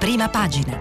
Prima pagina.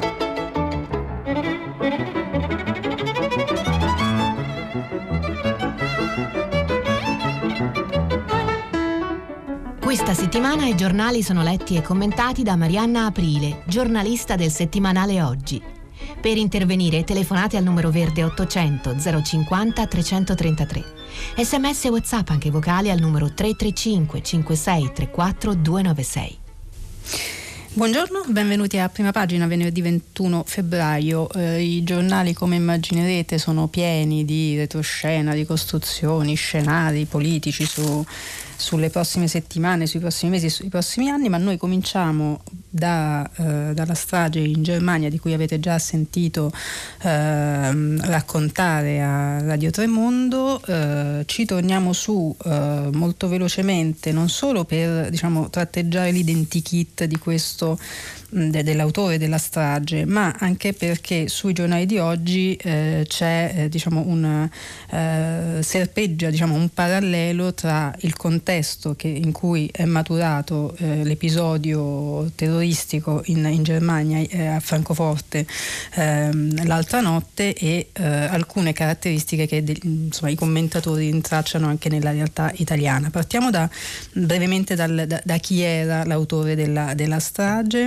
Questa settimana i giornali sono letti e commentati da Marianna Aprile, giornalista del settimanale Oggi. Per intervenire telefonate al numero verde 800 050 333. SMS e WhatsApp anche vocali al numero 335 56 34 296. Buongiorno, benvenuti a Prima Pagina, venerdì 21 febbraio. I giornali, come immaginerete, sono pieni di retroscena, ricostruzioni, scenari politici sulle prossime settimane, sui prossimi mesi e sui prossimi anni, ma noi cominciamo dalla strage in Germania, di cui avete già sentito raccontare a Radio Tremondo. Ci torniamo su molto velocemente, non solo per tratteggiare l'identikit di questo dell'autore della strage, ma anche perché sui giornali di oggi c'è serpeggia un parallelo tra il contesto in cui è maturato l'episodio terroristico in Germania, a Francoforte, l'altra notte, e alcune caratteristiche che i commentatori rintracciano anche nella realtà italiana. Partiamo brevemente da chi era l'autore della strage.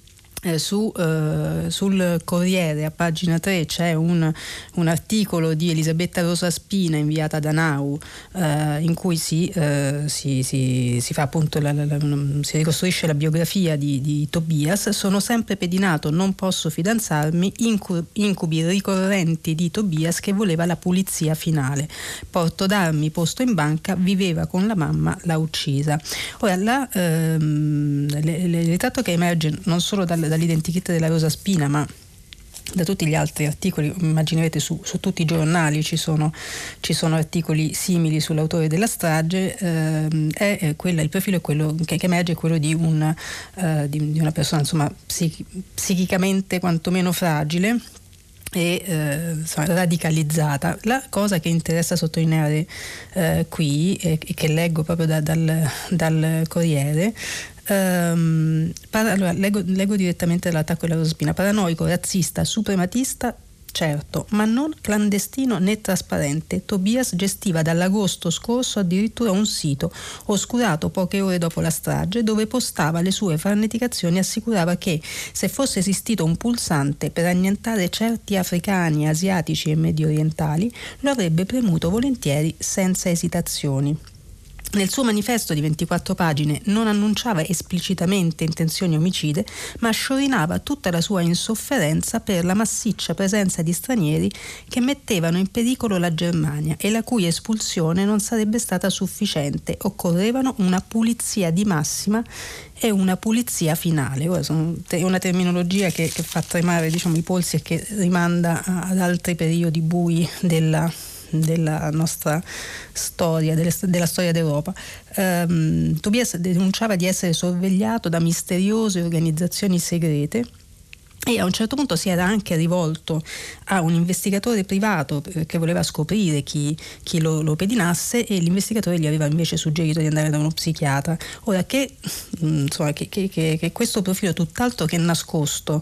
Sul Corriere, a pagina 3, c'è un articolo di Elisabetta Rosa Spina inviata da Now, in cui si fa appunto si ricostruisce la biografia di Tobias. Sono sempre pedinato, non posso fidanzarmi, incubi ricorrenti di Tobias che voleva la pulizia finale, porto d'armi posto in banca, viveva con la mamma, l'ha uccisa. Ora il ritratto che emerge non solo dall'identikit della Rosa Spina, ma da tutti gli altri articoli, immaginerete su tutti i giornali ci sono articoli simili sull'autore della strage. Il profilo è quello che emerge, è quello di una persona psichicamente quantomeno fragile e radicalizzata. La cosa che interessa sottolineare qui, e che leggo proprio dal Corriere, leggo direttamente dall'attacco della Rosa Spina: paranoico, razzista, suprematista, certo, ma non clandestino né trasparente. Tobias gestiva dall'agosto scorso addirittura un sito oscurato poche ore dopo la strage, dove postava le sue farneticazioni e assicurava che, se fosse esistito un pulsante per annientare certi africani, asiatici e medio orientali, lo avrebbe premuto volentieri senza esitazioni. Nel suo manifesto di 24 pagine non annunciava esplicitamente intenzioni omicide, ma sciorinava tutta la sua insofferenza per la massiccia presenza di stranieri che mettevano in pericolo la Germania e la cui espulsione non sarebbe stata sufficiente. Occorrevano una pulizia di massima e una pulizia finale. Ora, è una terminologia che fa tremare i polsi e che rimanda ad altri periodi bui della nostra storia, della storia d'Europa. Tobias denunciava di essere sorvegliato da misteriose organizzazioni segrete e a un certo punto si era anche rivolto a un investigatore privato che voleva scoprire chi lo pedinasse, e l'investigatore gli aveva invece suggerito di andare da uno psichiatra. Ora che questo profilo tutt'altro che nascosto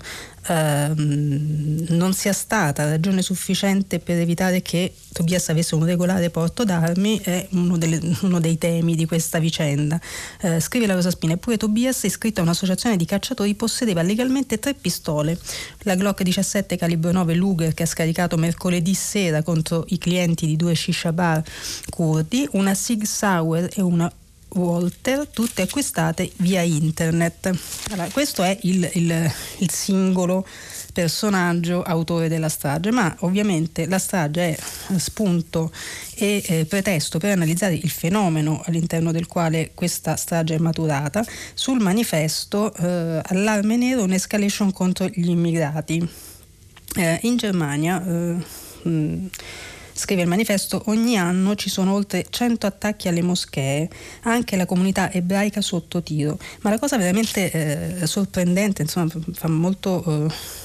non sia stata ragione sufficiente per evitare che Tobias avesse un regolare porto d'armi è uno dei temi di questa vicenda. Scrive la Rosa Spina: eppure Tobias, iscritto a un'associazione di cacciatori, possedeva legalmente 3 pistole, la Glock 17 calibro 9 Luger che ha scaricato mercoledì sera contro i clienti di 2 shisha bar curdi, una Sig Sauer e una Walter, tutte acquistate via internet. Allora, questo è il singolo personaggio autore della strage, ma ovviamente la strage è spunto e pretesto per analizzare il fenomeno all'interno del quale questa strage è maturata. Sul manifesto, allarme nero, un'escalation contro gli immigrati. In Germania, scrive il manifesto, ogni anno ci sono oltre 100 attacchi alle moschee, anche la comunità ebraica sotto tiro. Ma la cosa veramente sorprendente, fa molto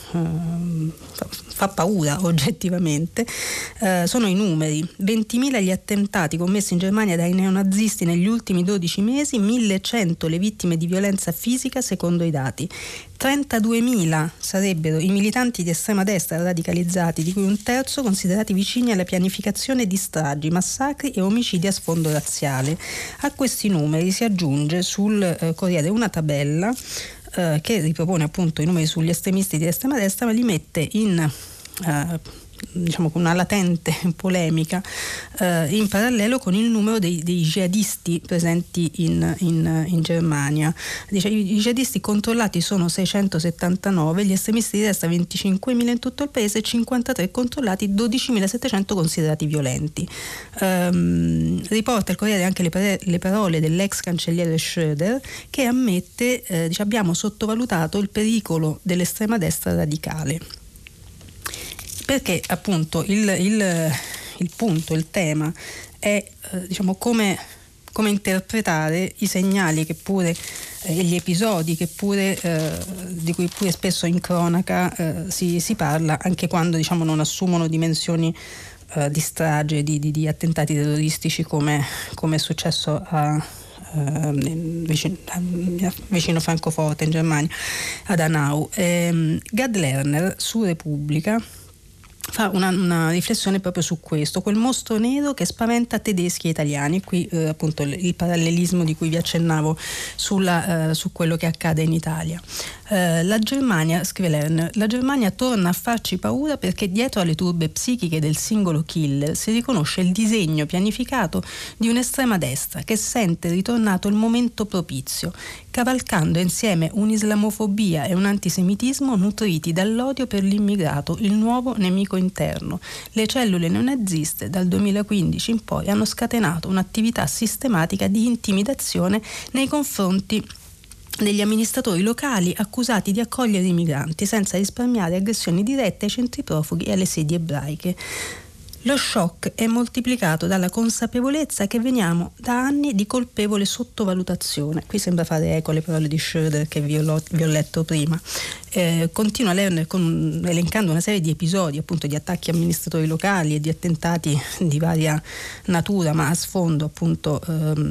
fa paura oggettivamente, sono i numeri: 20.000 gli attentati commessi in Germania dai neonazisti negli ultimi 12 mesi, 1.100 le vittime di violenza fisica secondo i dati. 32.000 sarebbero i militanti di estrema destra radicalizzati, di cui un terzo considerati vicini alla pianificazione di stragi, massacri e omicidi a sfondo razziale. A questi numeri si aggiunge sul Corriere una tabella che ripropone appunto i numeri sugli estremisti di estrema destra, ma li mette in diciamo con una latente polemica in parallelo con il numero dei jihadisti presenti in Germania. Dice, i jihadisti controllati sono 679, gli estremisti di destra 25.000 in tutto il paese, 53 controllati, 12.700 considerati violenti. Riporta il Corriere anche le parole dell'ex cancelliere Schröder, che ammette, dice, abbiamo sottovalutato il pericolo dell'estrema destra radicale. Perché appunto il punto, il tema è diciamo come interpretare i segnali che pure e gli episodi che pure di cui pure spesso in cronaca si parla, anche quando diciamo non assumono dimensioni di strage, di attentati terroristici come è successo vicino Francoforte in Germania, ad Hanau. Gad Lerner su Repubblica fa una riflessione proprio su questo, quel mostro nero che spaventa tedeschi e italiani. Qui appunto il parallelismo di cui vi accennavo su quello che accade in Italia. La Germania, scrive Lerner, la Germania torna a farci paura perché dietro alle turbe psichiche del singolo killer si riconosce il disegno pianificato di un'estrema destra che sente ritornato il momento propizio, cavalcando insieme un'islamofobia e un antisemitismo nutriti dall'odio per l'immigrato, il nuovo nemico interno. Le cellule neonaziste dal 2015 in poi hanno scatenato un'attività sistematica di intimidazione nei confronti degli amministratori locali accusati di accogliere i migranti, senza risparmiare aggressioni dirette ai centri profughi e alle sedi ebraiche. Lo shock è moltiplicato dalla consapevolezza che veniamo da anni di colpevole sottovalutazione. Qui sembra fare eco alle parole di Schröder che vi ho letto prima. Continua Lerner elencando una serie di episodi appunto di attacchi a amministratori locali e di attentati di varia natura, ma a sfondo appunto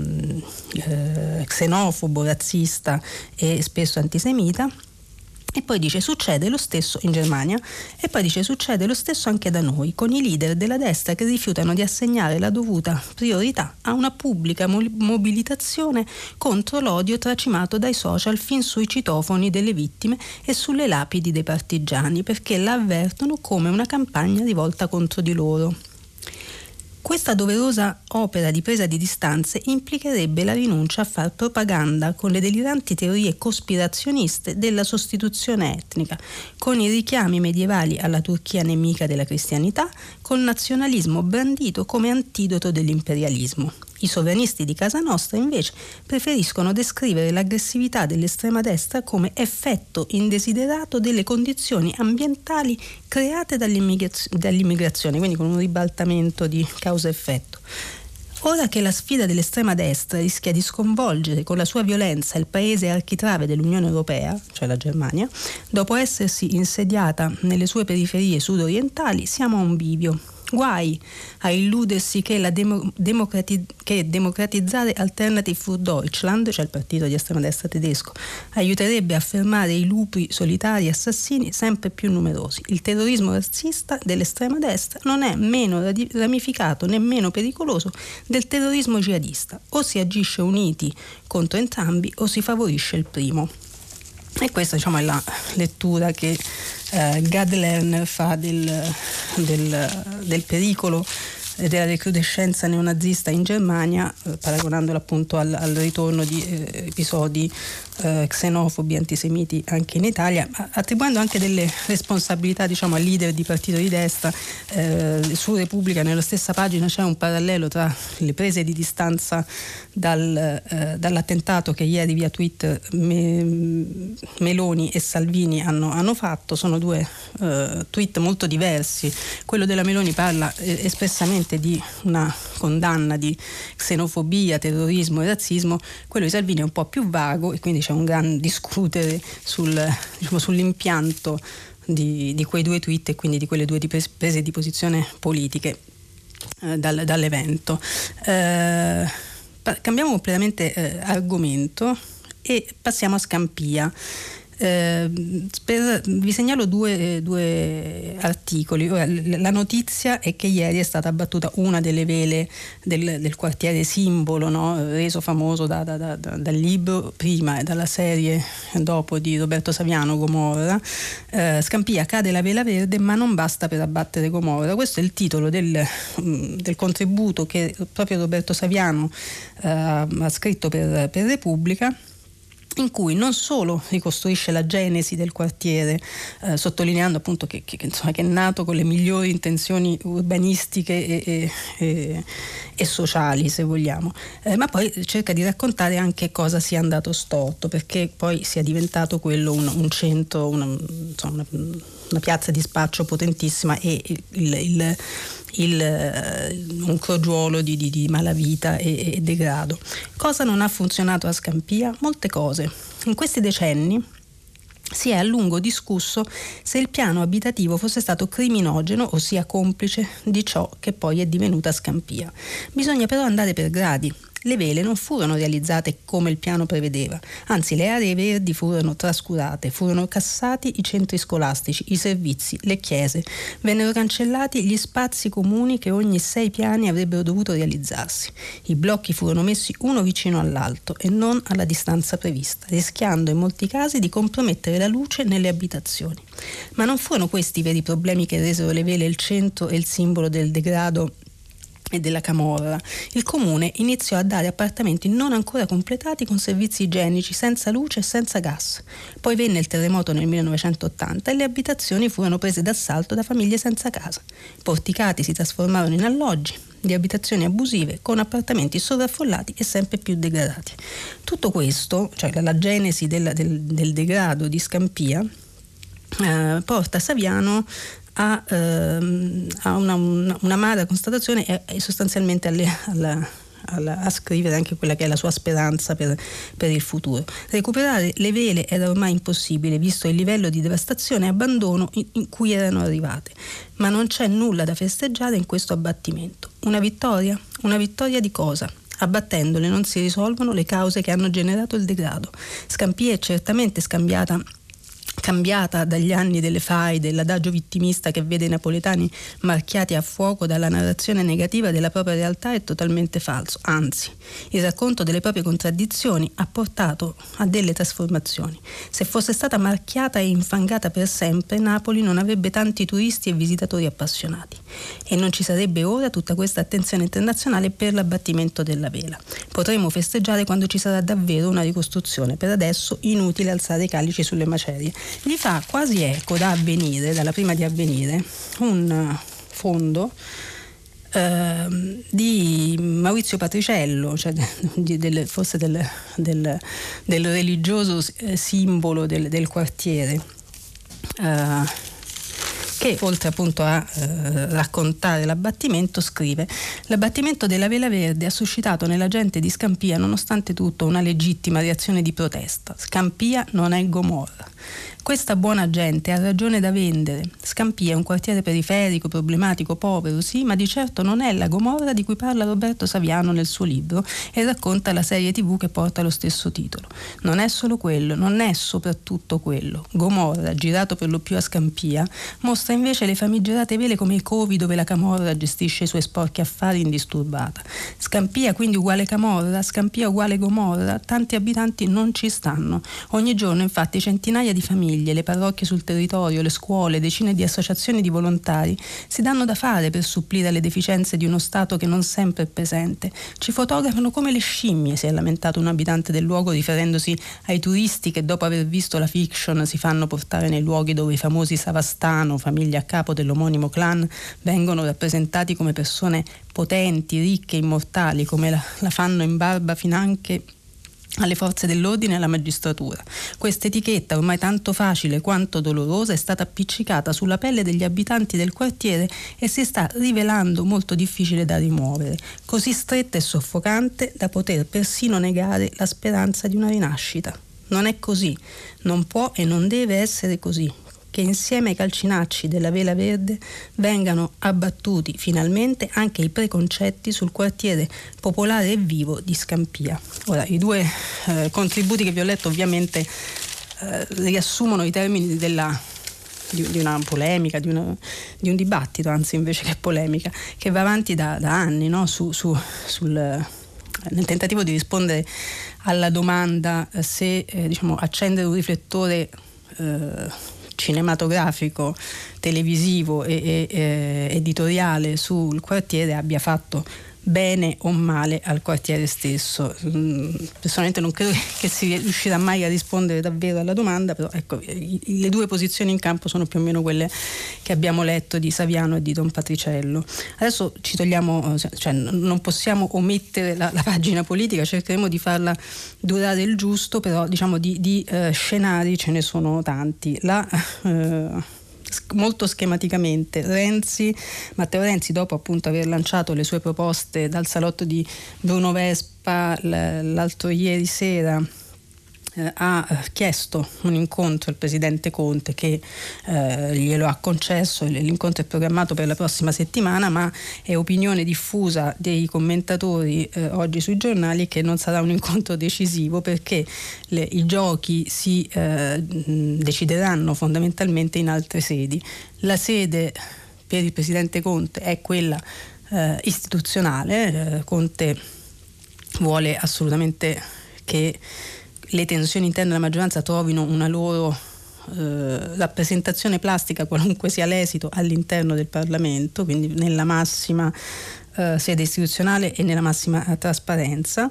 xenofobo, razzista e spesso antisemita. E poi dice succede lo stesso in Germania, e poi dice succede lo stesso anche da noi, con i leader della destra che rifiutano di assegnare la dovuta priorità a una pubblica mobilitazione contro l'odio tracimato dai social fin sui citofoni delle vittime e sulle lapidi dei partigiani, perché la avvertono come una campagna rivolta contro di loro. Questa doverosa opera di presa di distanze implicherebbe la rinuncia a far propaganda con le deliranti teorie cospirazioniste della sostituzione etnica, con i richiami medievali alla Turchia nemica della cristianità, col nazionalismo brandito come antidoto dell'imperialismo. I sovranisti di casa nostra invece preferiscono descrivere l'aggressività dell'estrema destra come effetto indesiderato delle condizioni ambientali create dall'immigrazione, quindi con un ribaltamento di causa-effetto. Ora che la sfida dell'estrema destra rischia di sconvolgere con la sua violenza il paese architrave dell'Unione Europea, cioè la Germania, dopo essersi insediata nelle sue periferie sud-orientali, siamo a un bivio. Guai a illudersi che democratizzare Alternative für Deutschland, cioè il partito di estrema destra tedesco, aiuterebbe a fermare i lupi solitari assassini sempre più numerosi. Il terrorismo razzista dell'estrema destra non è meno ramificato né meno pericoloso del terrorismo jihadista. O si agisce uniti contro entrambi o si favorisce il primo. E questa diciamo è la lettura che Gad Lerner fa del pericolo e della recrudescenza neonazista in Germania, paragonandolo appunto al ritorno di episodi xenofobi, antisemiti anche in Italia, attribuendo anche delle responsabilità diciamo al leader di partito di destra. Su Repubblica nella stessa pagina c'è un parallelo tra le prese di distanza dall'attentato che ieri via Twitter Meloni e Salvini hanno fatto. Sono due tweet molto diversi. Quello della Meloni parla espressamente di una condanna di xenofobia, terrorismo e razzismo. Quello di Salvini è un po' più vago e quindi c'è un gran discutere sull'impianto di quei due tweet e quindi di quelle due prese di posizione politiche dall'evento. Cambiamo completamente argomento e passiamo a Scampia. Vi segnalo due articoli. La notizia è che ieri è stata abbattuta una delle vele del quartiere simbolo, no? Reso famoso dal libro prima e dalla serie dopo di Roberto Saviano, Gomorra. Scampia, cade la vela verde ma non basta per abbattere Gomorra. Questo è il titolo del contributo che proprio Roberto Saviano ha scritto per Repubblica, in cui non solo ricostruisce la genesi del quartiere, sottolineando appunto che è nato con le migliori intenzioni urbanistiche e sociali, se vogliamo, ma poi cerca di raccontare anche cosa sia andato storto, perché poi sia diventato quello un centro, una piazza di spaccio potentissima e un crogiuolo di malavita e degrado. Cosa non ha funzionato a Scampia? Molte cose. In questi decenni si è a lungo discusso se il piano abitativo fosse stato criminogeno, ossia complice di ciò che poi è divenuta Scampia. Bisogna però andare per gradi. Le vele non furono realizzate come il piano prevedeva, anzi le aree verdi furono trascurate, furono cassati i centri scolastici, i servizi, le chiese, vennero cancellati gli spazi comuni che ogni 6 piani avrebbero dovuto realizzarsi. I blocchi furono messi uno vicino all'altro e non alla distanza prevista, rischiando in molti casi di compromettere la luce nelle abitazioni. Ma non furono questi i veri problemi che resero le vele il centro e il simbolo del degrado e della camorra. Il comune iniziò a dare appartamenti non ancora completati con servizi igienici, senza luce e senza gas. Poi venne il terremoto nel 1980 e le abitazioni furono prese d'assalto da famiglie senza casa. I porticati si trasformarono in alloggi di abitazioni abusive con appartamenti sovraffollati e sempre più degradati. Tutto questo, cioè la genesi del degrado di Scampia, porta Saviano a un'amara constatazione e sostanzialmente a scrivere anche quella che è la sua speranza per il futuro. Recuperare le vele era ormai impossibile, visto il livello di devastazione e abbandono in cui erano arrivate, ma non c'è nulla da festeggiare in questo abbattimento. Una vittoria? Una vittoria di cosa? Abbattendole non si risolvono le cause che hanno generato il degrado. Scampia è certamente cambiata dagli anni delle faide, dell'adagio vittimista che vede i napoletani marchiati a fuoco dalla narrazione negativa della propria realtà è totalmente falso. Anzi, il racconto delle proprie contraddizioni ha portato a delle trasformazioni. Se fosse stata marchiata e infangata per sempre, Napoli non avrebbe tanti turisti e visitatori appassionati e non ci sarebbe ora tutta questa attenzione internazionale per l'abbattimento della vela. Potremo festeggiare quando ci sarà davvero una ricostruzione. Per adesso inutile alzare i calici sulle macerie. Gli fa quasi eco da Avvenire, dalla prima di Avvenire, un fondo di Maurizio Patriciello, cioè forse del religioso simbolo del quartiere, che oltre appunto a raccontare l'abbattimento scrive: l'abbattimento della Vela Verde ha suscitato nella gente di Scampia nonostante tutto una legittima reazione di protesta. Scampia non è Gomorra. Questa buona gente ha ragione da vendere. Scampia è un quartiere periferico, problematico, povero, sì, ma di certo non è la Gomorra di cui parla Roberto Saviano nel suo libro e racconta la serie TV che porta lo stesso titolo. Non è solo quello, non è soprattutto quello. Gomorra, girato per lo più a Scampia, mostra invece le famigerate vele come i covi dove la camorra gestisce i suoi sporchi affari indisturbata. Scampia quindi uguale Camorra, Scampia uguale Gomorra, tanti abitanti non ci stanno. Ogni giorno infatti centinaia di famiglie, le parrocchie sul territorio, le scuole, decine di associazioni di volontari si danno da fare per supplire alle deficienze di uno Stato che non sempre è presente. Ci fotografano come le scimmie, si è lamentato un abitante del luogo riferendosi ai turisti che dopo aver visto la fiction si fanno portare nei luoghi dove i famosi Savastano, famiglia a capo dell'omonimo clan, vengono rappresentati come persone potenti, ricche, immortali, come la fanno in barba finanche alle forze dell'ordine e alla magistratura. Questa etichetta, ormai tanto facile quanto dolorosa, è stata appiccicata sulla pelle degli abitanti del quartiere e si sta rivelando molto difficile da rimuovere, così stretta e soffocante da poter persino negare la speranza di una rinascita. Non è così, non può e non deve essere così. che insieme ai calcinacci della Vela Verde vengano abbattuti finalmente anche i preconcetti sul quartiere popolare e vivo di Scampia. Ora, i due contributi che vi ho letto ovviamente riassumono i termini di una polemica, di un dibattito, anzi invece che polemica, che va avanti da anni, no? Nel tentativo di rispondere alla domanda se accendere un riflettore cinematografico, televisivo e editoriale sul quartiere abbia fatto bene o male al quartiere stesso. Personalmente non credo che si riuscirà mai a rispondere davvero alla domanda, però ecco, le due posizioni in campo sono più o meno quelle che abbiamo letto di Saviano e di Don Patriciello. Adesso ci togliamo, cioè non possiamo omettere la pagina politica, cercheremo di farla durare il giusto, però diciamo di scenari ce ne sono tanti. Molto schematicamente Matteo Renzi, dopo appunto aver lanciato le sue proposte dal salotto di Bruno Vespa l'altro ieri sera, ha chiesto un incontro al presidente Conte che glielo ha concesso. L'incontro è programmato per la prossima settimana, ma è opinione diffusa dei commentatori oggi sui giornali che non sarà un incontro decisivo, perché i giochi si decideranno fondamentalmente in altre sedi. La sede per il presidente Conte è quella istituzionale. Conte vuole assolutamente che le tensioni interne della maggioranza trovino una loro rappresentazione plastica, qualunque sia l'esito, all'interno del Parlamento, quindi nella massima sede istituzionale e nella massima trasparenza.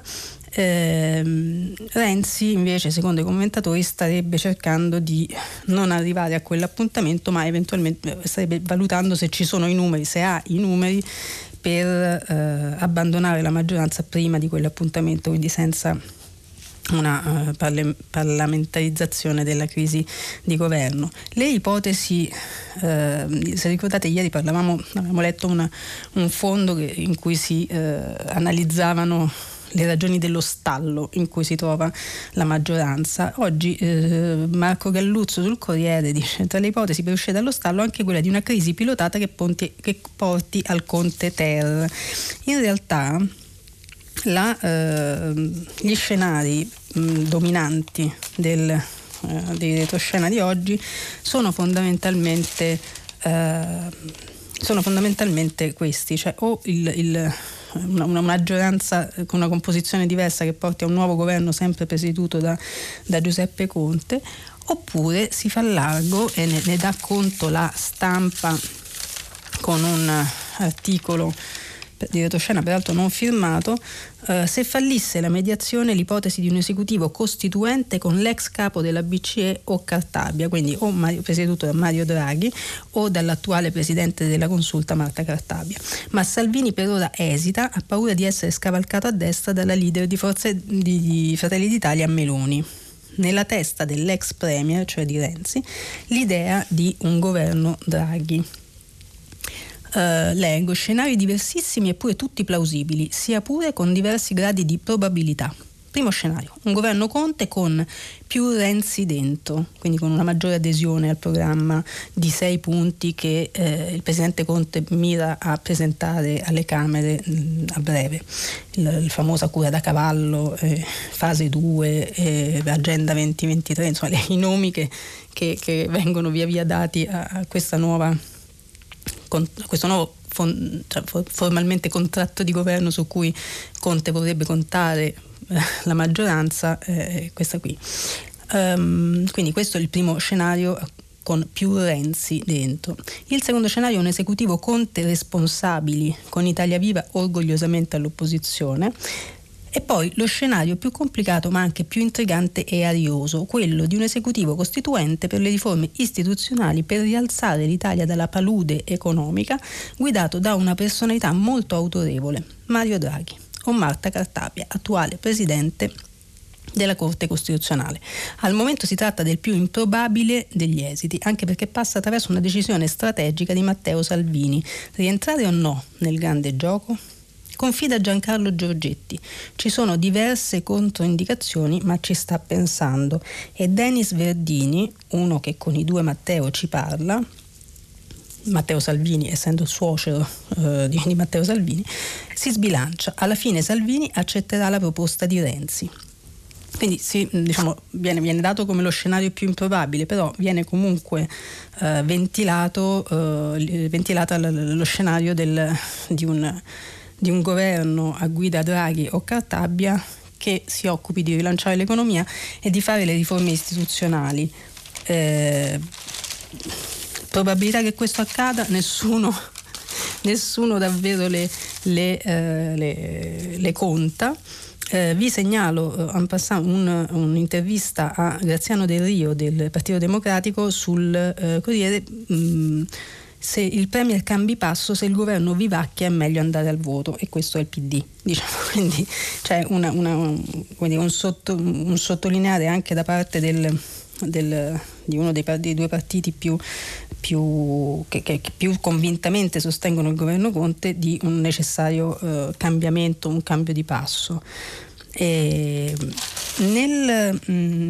Renzi invece, secondo i commentatori, starebbe cercando di non arrivare a quell'appuntamento, ma eventualmente starebbe valutando se ci sono i numeri, se ha i numeri per abbandonare la maggioranza prima di quell'appuntamento, quindi senza una parlamentarizzazione della crisi di governo. Le ipotesi, se ricordate, ieri avevamo letto un fondo in cui si analizzavano le ragioni dello stallo in cui si trova la maggioranza. Oggi Marco Galluzzo sul Corriere dice: tra le ipotesi per uscire dallo stallo anche quella di una crisi pilotata che porti al Conte Ter. In realtà gli scenari dominanti di retroscena di oggi sono fondamentalmente questi, cioè o una maggioranza con una composizione diversa che porti a un nuovo governo sempre presieduto da Giuseppe Conte, oppure si fa largo, e ne dà conto la Stampa con un articolo di retroscena peraltro non firmato. Se fallisse la mediazione, l'ipotesi di un esecutivo costituente con l'ex capo della BCE o Cartabia, quindi o presieduto da Mario Draghi o dall'attuale presidente della Consulta Marta Cartabia. Ma Salvini per ora esita, ha paura di essere scavalcato a destra dalla leader di Fratelli d'Italia Meloni. Nella testa dell'ex premier, cioè di Renzi, l'idea di un governo Draghi. Leggo: scenari diversissimi eppure tutti plausibili, sia pure con diversi gradi di probabilità. Primo scenario: un governo Conte con più Renzi dentro, quindi con una maggiore adesione al programma di 6 punti che il presidente Conte mira a presentare alle Camere a breve. La famosa cura da cavallo, fase 2, agenda 2023, insomma i nomi che vengono via via dati a questo nuovo formalmente contratto di governo su cui Conte vorrebbe contare la maggioranza, questa qui. Quindi questo è il primo scenario, con più Renzi dentro. Il secondo scenario è un esecutivo Conte responsabili, con Italia Viva orgogliosamente all'opposizione. E poi lo scenario più complicato ma anche più intrigante e arioso, quello di un esecutivo costituente per le riforme istituzionali per rialzare l'Italia dalla palude economica, guidato da una personalità molto autorevole, Mario Draghi, o Marta Cartabia, attuale presidente della Corte Costituzionale. Al momento si tratta del più improbabile degli esiti, anche perché passa attraverso una decisione strategica di Matteo Salvini: rientrare o no nel grande gioco? Confida Giancarlo Giorgetti: ci sono diverse controindicazioni, ma ci sta pensando. E Denis Verdini, uno che con i due Matteo ci parla, Matteo Salvini essendo suocero di Matteo Salvini, si sbilancia. Alla fine Salvini accetterà la proposta di Renzi. Quindi viene dato come lo scenario più improbabile, però viene comunque ventilata lo scenario di un governo a guida Draghi o Cartabia che si occupi di rilanciare l'economia e di fare le riforme istituzionali. Probabilità che questo accada, nessuno davvero le conta. Vi segnalo en passant un'intervista a Graziano Del Rio del Partito Democratico sul Corriere. Se il Premier cambi passo, se il governo vivacchia è meglio andare al voto, e questo è il PD, diciamo. Quindi c'è un sottolineare anche da parte di uno dei due partiti che più convintamente sostengono il governo Conte, di un necessario cambiamento, un cambio di passo. Nel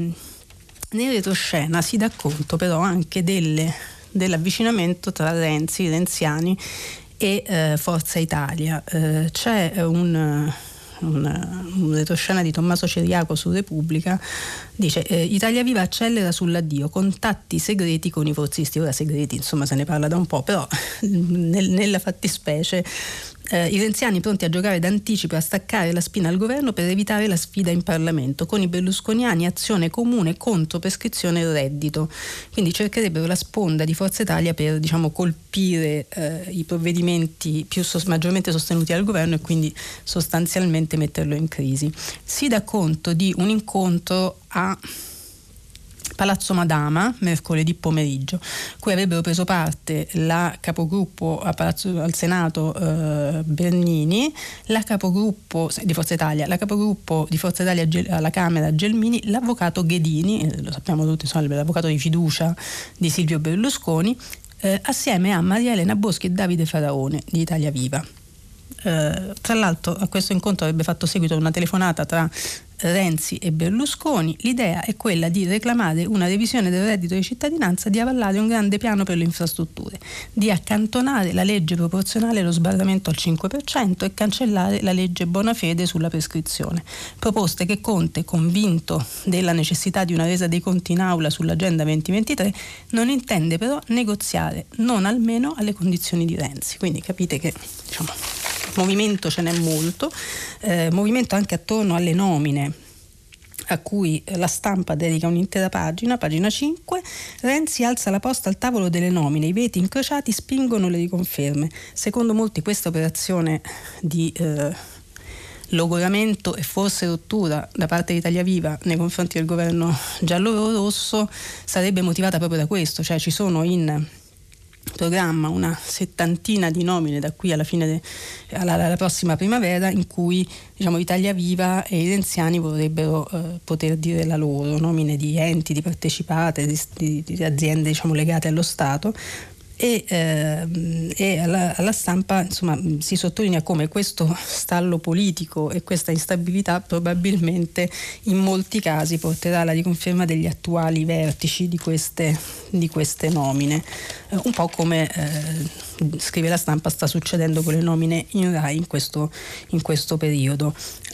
retroscena si dà conto però anche dell'avvicinamento tra renziani e Forza Italia. C'è un retroscena di Tommaso Ceriaco su Repubblica, dice Italia Viva accelera sull'addio, contatti segreti con i forzisti. Ora segreti, insomma, se ne parla da un po', però nella fattispecie i renziani pronti a giocare d'anticipo, a staccare la spina al governo per evitare la sfida in Parlamento, con i berlusconiani azione comune contro prescrizione e reddito. Quindi cercherebbero la sponda di Forza Italia per, colpire i provvedimenti maggiormente sostenuti dal governo e quindi sostanzialmente metterlo in crisi. Si dà conto di un incontro a Palazzo Madama mercoledì pomeriggio, cui avrebbero preso parte la capogruppo al Senato Bernini, la capogruppo di Forza Italia, la capogruppo di Forza Italia alla Camera Gelmini, l'avvocato Ghedini, lo sappiamo tutti, insomma, l'avvocato di fiducia di Silvio Berlusconi, assieme a Maria Elena Boschi e Davide Faraone di Italia Viva. Tra l'altro a questo incontro avrebbe fatto seguito una telefonata tra Renzi e Berlusconi. L'idea è quella di reclamare una revisione del reddito di cittadinanza, di avallare un grande piano per le infrastrutture, di accantonare la legge proporzionale allo sbarramento al 5% e cancellare la legge Bonafede sulla prescrizione. Proposte che Conte, convinto della necessità di una resa dei conti in aula sull'agenda 2023, non intende però negoziare, non almeno alle condizioni di Renzi. Quindi capite che movimento ce n'è molto, movimento anche attorno alle nomine, a cui La Stampa dedica un'intera pagina 5. Renzi alza la posta al tavolo delle nomine, i veti incrociati spingono le riconferme. Secondo molti questa operazione di logoramento e forse rottura da parte di Italia Viva nei confronti del governo giallo-rosso sarebbe motivata proprio da questo, cioè ci sono in programma una 70 di nomine da qui alla fine alla prossima primavera, in cui Italia Viva e i renziani vorrebbero poter dire la loro, nomine di enti, di partecipate, di aziende legate allo Stato. E alla Stampa si sottolinea come questo stallo politico e questa instabilità probabilmente in molti casi porterà alla riconferma degli attuali vertici di queste nomine, un po' come scrive La Stampa sta succedendo con le nomine in Rai in questo periodo.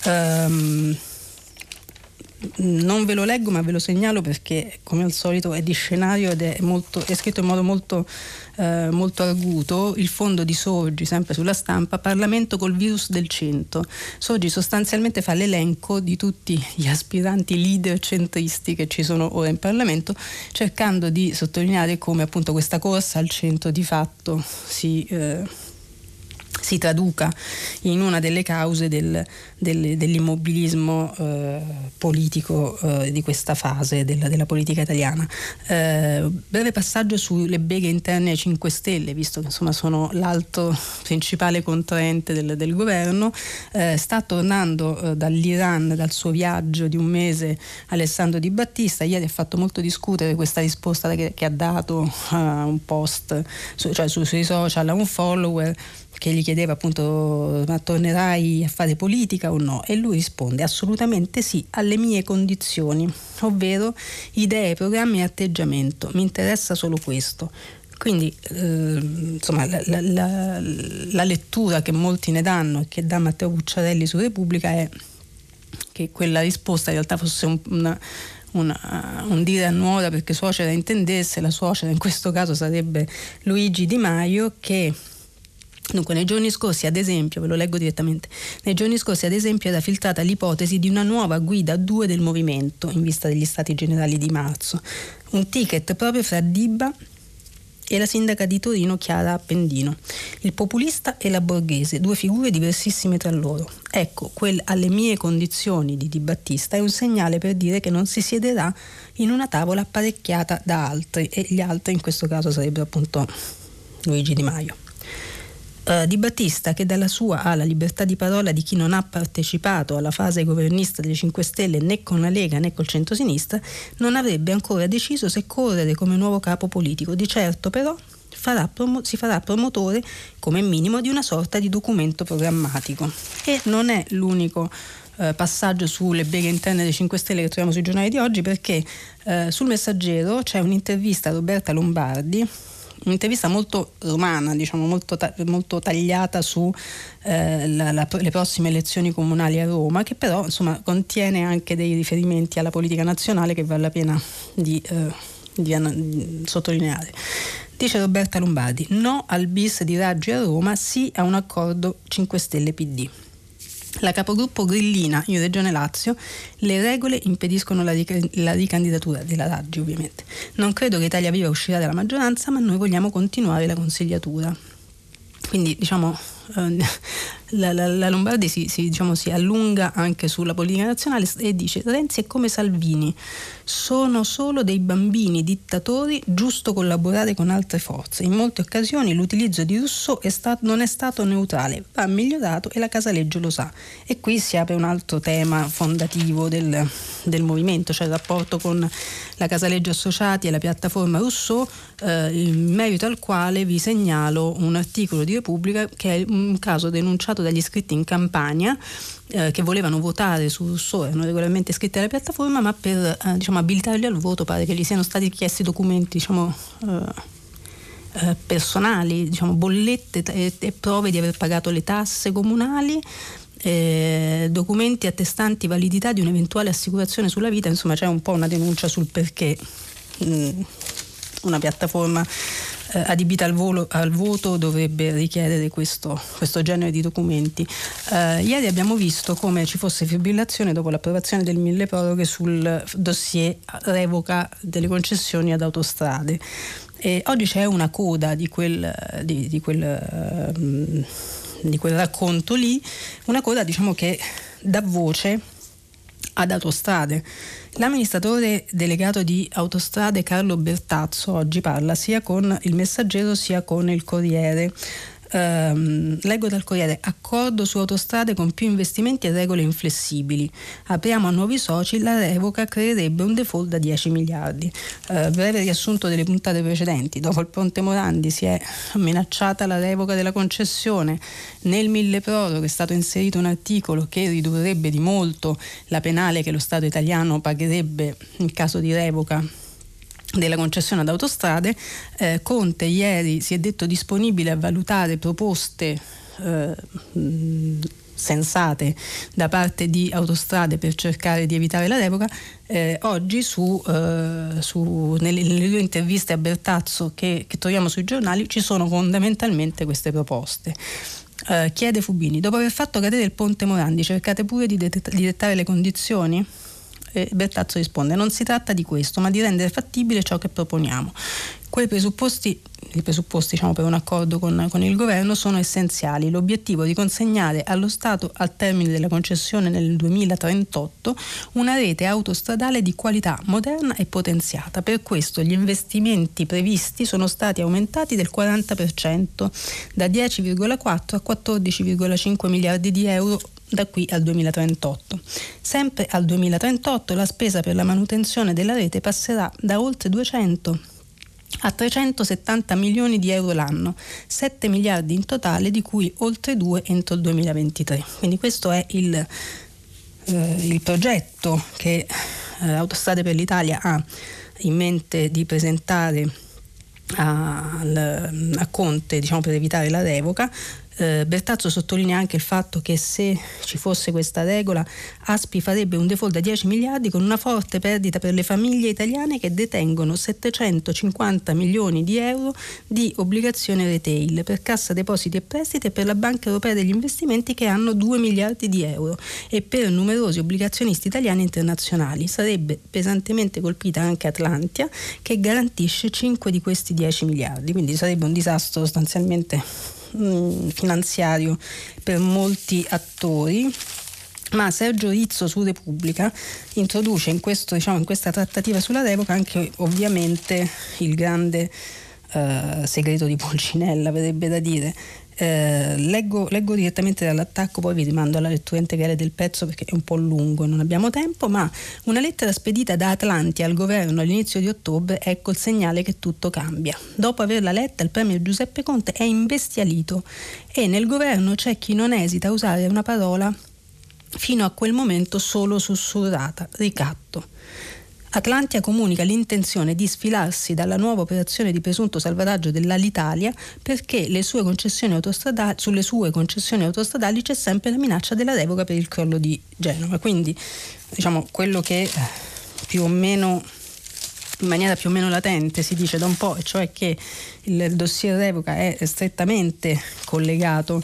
Non ve lo leggo, ma ve lo segnalo perché come al solito è di scenario ed è scritto in modo molto arguto. Il fondo di Sorgi, sempre sulla Stampa, Parlamento col virus del centro. Sorgi sostanzialmente fa l'elenco di tutti gli aspiranti leader centristi che ci sono ora in Parlamento, cercando di sottolineare come appunto questa corsa al centro di fatto si traduca in una delle cause dell'immobilismo politico di questa fase della politica italiana. Breve passaggio sulle beghe interne ai 5 Stelle, visto che sono l'altro principale contraente del governo. Sta tornando dall'Iran, dal suo viaggio di un mese, Alessandro Di Battista. Ieri ha fatto molto discutere questa risposta che ha dato a un post, sui social, a un follower, che gli chiedeva appunto: ma tornerai a fare politica o no? E lui risponde: assolutamente sì, alle mie condizioni, ovvero idee, programmi e atteggiamento, mi interessa solo questo. Quindi insomma la lettura che molti ne danno e che dà Matteo Pucciarelli su Repubblica è che quella risposta in realtà fosse un dire a nuora perché suocera intendesse. La suocera in questo caso sarebbe Luigi Di Maio, che dunque nei giorni scorsi, ad esempio, ve lo leggo direttamente, nei giorni scorsi ad esempio era filtrata l'ipotesi di una nuova guida a 2 del movimento in vista degli Stati Generali di marzo, un ticket proprio fra Dibba e la sindaca di Torino Chiara Appendino, il populista e la Borghese, 2 figure diversissime tra loro. Ecco, quel alle mie condizioni di Di Battista è un segnale per dire che non si siederà in una tavola apparecchiata da altri, e gli altri in questo caso sarebbero appunto Luigi Di Maio. Di Battista, che dalla sua ha la libertà di parola di chi non ha partecipato alla fase governista delle 5 Stelle né con la Lega né col centrosinistra, non avrebbe ancora deciso se correre come nuovo capo politico. Di certo però si farà promotore come minimo di una sorta di documento programmatico. E non è l'unico passaggio sulle beghe interne dei 5 Stelle che troviamo sui giornali di oggi, perché sul Messaggero c'è un'intervista a Roberta Lombardi, un'intervista molto romana, diciamo molto tagliata su le prossime elezioni comunali a Roma, che però insomma contiene anche dei riferimenti alla politica nazionale che vale la pena di sottolineare. Dice Roberta Lombardi: no al bis di Raggi a Roma, sì a un accordo 5 Stelle PD. La capogruppo grillina in Regione Lazio: le regole impediscono la ricandidatura della Raggi, ovviamente. Non credo che Italia Viva uscirà dalla maggioranza, ma noi vogliamo continuare la consigliatura. Quindi diciamo la Lombardi si allunga anche sulla politica nazionale e dice: Renzi è come Salvini, sono solo dei bambini dittatori, giusto collaborare con altre forze. In molte occasioni l'utilizzo di Rousseau non è stato neutrale, va migliorato e la Casaleggio lo sa. E qui si apre un altro tema fondativo del movimento, cioè il rapporto con la Casaleggio Associati e la piattaforma Rousseau, in merito al quale vi segnalo un articolo di Repubblica che è un caso denunciato dagli iscritti in Campania, che volevano votare su Rousseau, erano regolarmente iscritti alla piattaforma, ma per abilitarli al voto pare che gli siano stati chiesti documenti personali, bollette e prove di aver pagato le tasse comunali, documenti attestanti validità di un'eventuale assicurazione sulla vita. Insomma, c'è un po' una denuncia sul perché una piattaforma adibita al voto dovrebbe richiedere questo genere di documenti. Ieri abbiamo visto come ci fosse fibrillazione dopo l'approvazione del milleproroghe sul dossier revoca delle concessioni ad autostrade. E oggi c'è una coda di quel racconto lì, una coda che dà voce ad Autostrade. L'amministratore delegato di Autostrade Carlo Bertazzo oggi parla sia con il Messaggero sia con il Corriere. Leggo dal Corriere: accordo su Autostrade con più investimenti e regole inflessibili, apriamo a nuovi soci, la revoca creerebbe un default da 10 miliardi. Breve riassunto delle puntate precedenti: dopo il Ponte Morandi si è minacciata la revoca della concessione, nel milleproroghe è stato inserito un articolo che ridurrebbe di molto la penale che lo Stato italiano pagherebbe in caso di revoca della concessione ad Autostrade. Conte ieri si è detto disponibile a valutare proposte sensate da parte di Autostrade per cercare di evitare la revoca. Oggi nelle 2 interviste a Bertazzo che troviamo sui giornali ci sono fondamentalmente queste proposte. Chiede Fubini: dopo aver fatto cadere il Ponte Morandi cercate pure di dettare le condizioni? Bertazzo risponde: non si tratta di questo, ma di rendere fattibile ciò che proponiamo. I presupposti per un accordo con il governo sono essenziali. L'obiettivo è di consegnare allo Stato, al termine della concessione nel 2038, una rete autostradale di qualità moderna e potenziata. Per questo gli investimenti previsti sono stati aumentati del 40%, da 10,4 a 14,5 miliardi di euro da qui al 2038. Sempre al 2038 la spesa per la manutenzione della rete passerà da oltre 200 a 370 milioni di euro l'anno, 7 miliardi in totale, di cui oltre 2 entro il 2023. Quindi questo è il progetto che Autostrade per l'Italia ha in mente di presentare a Conte, diciamo, per evitare la revoca. Bertazzo sottolinea anche il fatto che se ci fosse questa regola, Aspi farebbe un default da 10 miliardi con una forte perdita per le famiglie italiane che detengono 750 milioni di euro di obbligazioni retail per Cassa Depositi e Prestiti e per la Banca Europea degli Investimenti, che hanno 2 miliardi di euro, e per numerosi obbligazionisti italiani e internazionali. Sarebbe pesantemente colpita anche Atlantia, che garantisce 5 di questi 10 miliardi, quindi sarebbe un disastro sostanzialmente finanziario per molti attori. Ma Sergio Rizzo su Repubblica introduce in questa trattativa sulla revoca anche ovviamente il grande segreto di Pulcinella, verrebbe da dire. Leggo direttamente dall'attacco, poi vi rimando alla lettura integrale del pezzo perché è un po' lungo e non abbiamo tempo. Ma una lettera spedita da Atlantia al governo all'inizio di ottobre, ecco il segnale che tutto cambia. Dopo averla letta, il premier Giuseppe Conte è imbestialito e nel governo c'è chi non esita a usare una parola fino a quel momento solo sussurrata: ricatto. Atlantia comunica l'intenzione di sfilarsi dalla nuova operazione di presunto salvataggio dell'Alitalia perché sulle sue concessioni autostradali c'è sempre la minaccia della revoca per il crollo di Genova. Quindi, diciamo, quello che più o meno, in maniera più o meno latente, si dice da un po', e cioè che il dossier revoca è strettamente collegato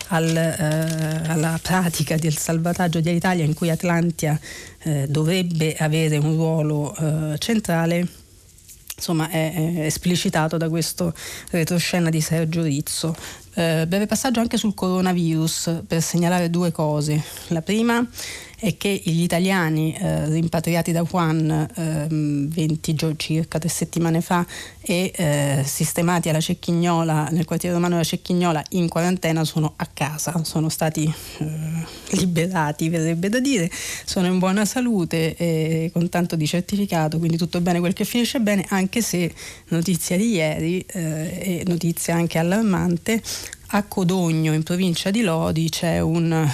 alla pratica del salvataggio di Alitalia, in cui Atlantia dovrebbe avere un ruolo centrale, insomma è esplicitato da questo retroscena di Sergio Rizzo. Breve passaggio anche sul coronavirus per segnalare due cose. La prima è che gli italiani rimpatriati da Wuhan 20 giorni, circa 3 settimane fa, e sistemati alla Cecchignola, nel quartiere romano della Cecchignola, in quarantena, sono a casa, sono stati liberati, verrebbe da dire, sono in buona salute con tanto di certificato, quindi tutto bene quel che finisce bene, anche se notizia di ieri e notizia anche allarmante. A Codogno, in provincia di Lodi, c'è un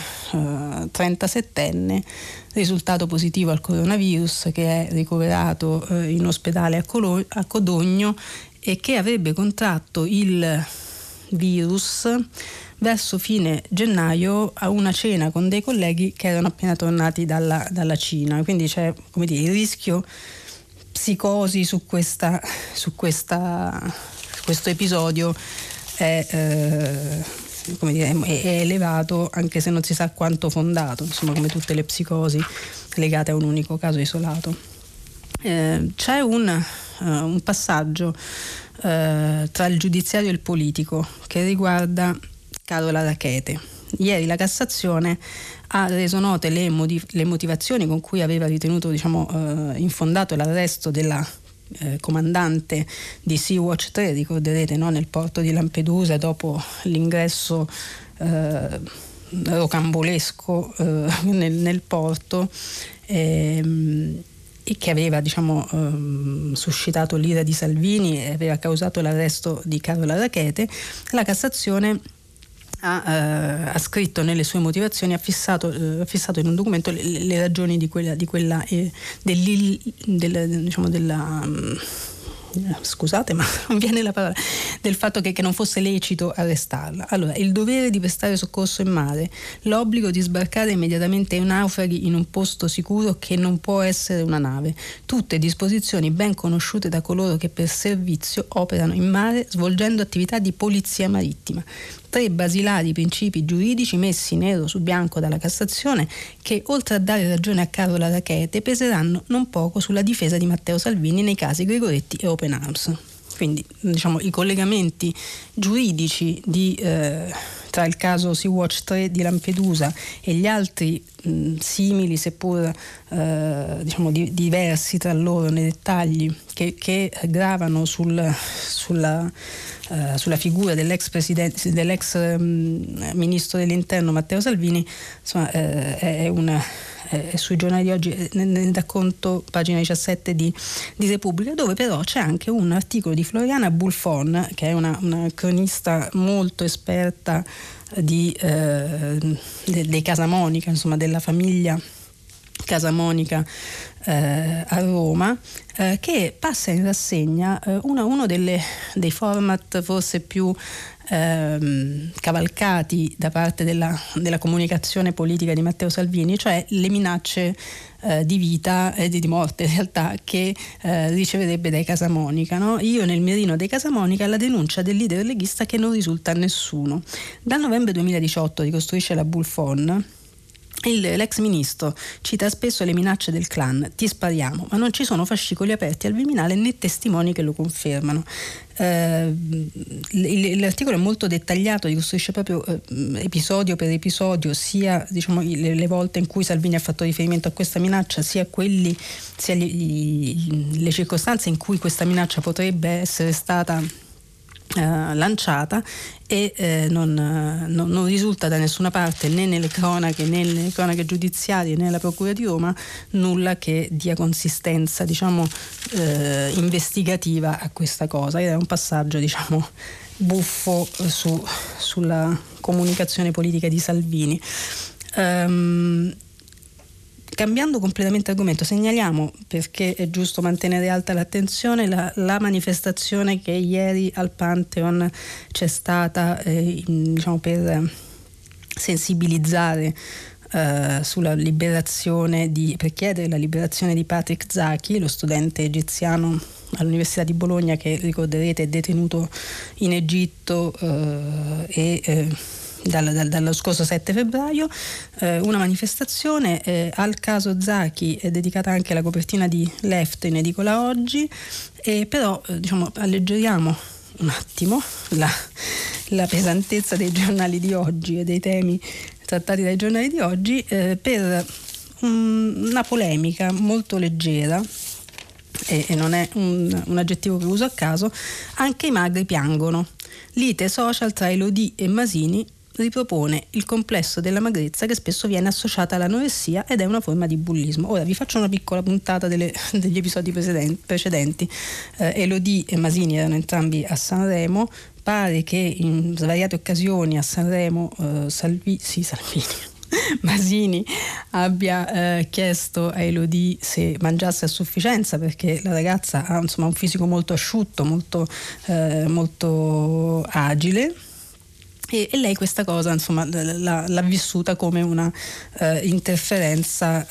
37enne risultato positivo al coronavirus, che è ricoverato in ospedale a Codogno e che avrebbe contratto il virus verso fine gennaio a una cena con dei colleghi che erano appena tornati dalla Cina. Quindi c'è, come dire, il rischio psicosi su questo episodio è elevato, anche se non si sa quanto fondato, insomma, come tutte le psicosi legate a un unico caso isolato. C'è un passaggio tra il giudiziario e il politico che riguarda Carola Rackete. Ieri la Cassazione ha reso note le motivazioni con cui aveva ritenuto, infondato l'arresto della comandante di Sea-Watch 3, ricorderete, no? Nel porto di Lampedusa, dopo l'ingresso rocambolesco nel porto, e che aveva suscitato l'ira di Salvini e aveva causato l'arresto di Carola Rackete. La Cassazione ha scritto nelle sue motivazioni, ha fissato in un documento le ragioni scusate ma non viene la parola, del fatto che non fosse lecito arrestarla. Allora, il dovere di prestare soccorso in mare, l'obbligo di sbarcare immediatamente i naufraghi in un posto sicuro che non può essere una nave, tutte disposizioni ben conosciute da coloro che per servizio operano in mare svolgendo attività di polizia marittima. 3 basilari principi giuridici messi nero su bianco dalla Cassazione, che oltre a dare ragione a Carola Rackete peseranno non poco sulla difesa di Matteo Salvini nei casi Gregoretti e Open Arms. Quindi, i collegamenti giuridici tra il caso Sea-Watch 3 di Lampedusa e gli altri simili, seppur diversi tra loro nei dettagli, che gravano sulla figura dell'ex ministro dell'interno Matteo Salvini, insomma, è sui giornali di oggi, nel racconto, pagina 17 di Repubblica, dove però c'è anche un articolo di Floriana Bulfon, che è una cronista molto esperta dei Casamonica, insomma della famiglia Casamonica a Roma, che passa in rassegna uno dei format forse più cavalcati da parte della comunicazione politica di Matteo Salvini, cioè le minacce di vita e di morte in realtà che riceverebbe dai Casamonica, no? Io nel mirino dei Casamonica, la denuncia del leader leghista che non risulta a nessuno. Dal novembre 2018, ricostruisce la Bulfon, l'ex ministro cita spesso le minacce del clan: ti spariamo, ma non ci sono fascicoli aperti al Viminale né testimoni che lo confermano. L'articolo è molto dettagliato, ricostruisce proprio episodio per episodio, sia diciamo le volte in cui Salvini ha fatto riferimento a questa minaccia, sia le circostanze in cui questa minaccia potrebbe essere stata lanciata, e non risulta da nessuna parte, né nelle cronache giudiziarie né nella Procura di Roma, nulla che dia consistenza diciamo investigativa a questa cosa. Ed è un passaggio diciamo buffo sulla comunicazione politica di Salvini. Cambiando completamente argomento, segnaliamo, perché è giusto mantenere alta l'attenzione, la manifestazione che ieri al Pantheon c'è stata diciamo per sensibilizzare sulla liberazione per chiedere la liberazione di Patrick Zaki, lo studente egiziano all'Università di Bologna che, ricorderete, è detenuto in Egitto dallo scorso 7 febbraio, una manifestazione al caso Zaki è dedicata anche la copertina di Left in edicola oggi, però diciamo alleggeriamo un attimo la pesantezza dei giornali di oggi e dei temi trattati dai giornali di oggi per una polemica molto leggera, e non è un aggettivo che uso a caso. Anche i magri piangono. Lite social tra Elodie e Masini ripropone il complesso della magrezza che spesso viene associata all'anoressia ed è una forma di bullismo. Ora vi faccio una piccola puntata degli episodi precedenti. Elodie e Masini erano entrambi a Sanremo. Pare che in svariate occasioni a Sanremo Masini abbia chiesto a Elodie se mangiasse a sufficienza, perché la ragazza ha insomma un fisico molto asciutto, molto agile, e lei questa cosa insomma l'ha vissuta come una interferenza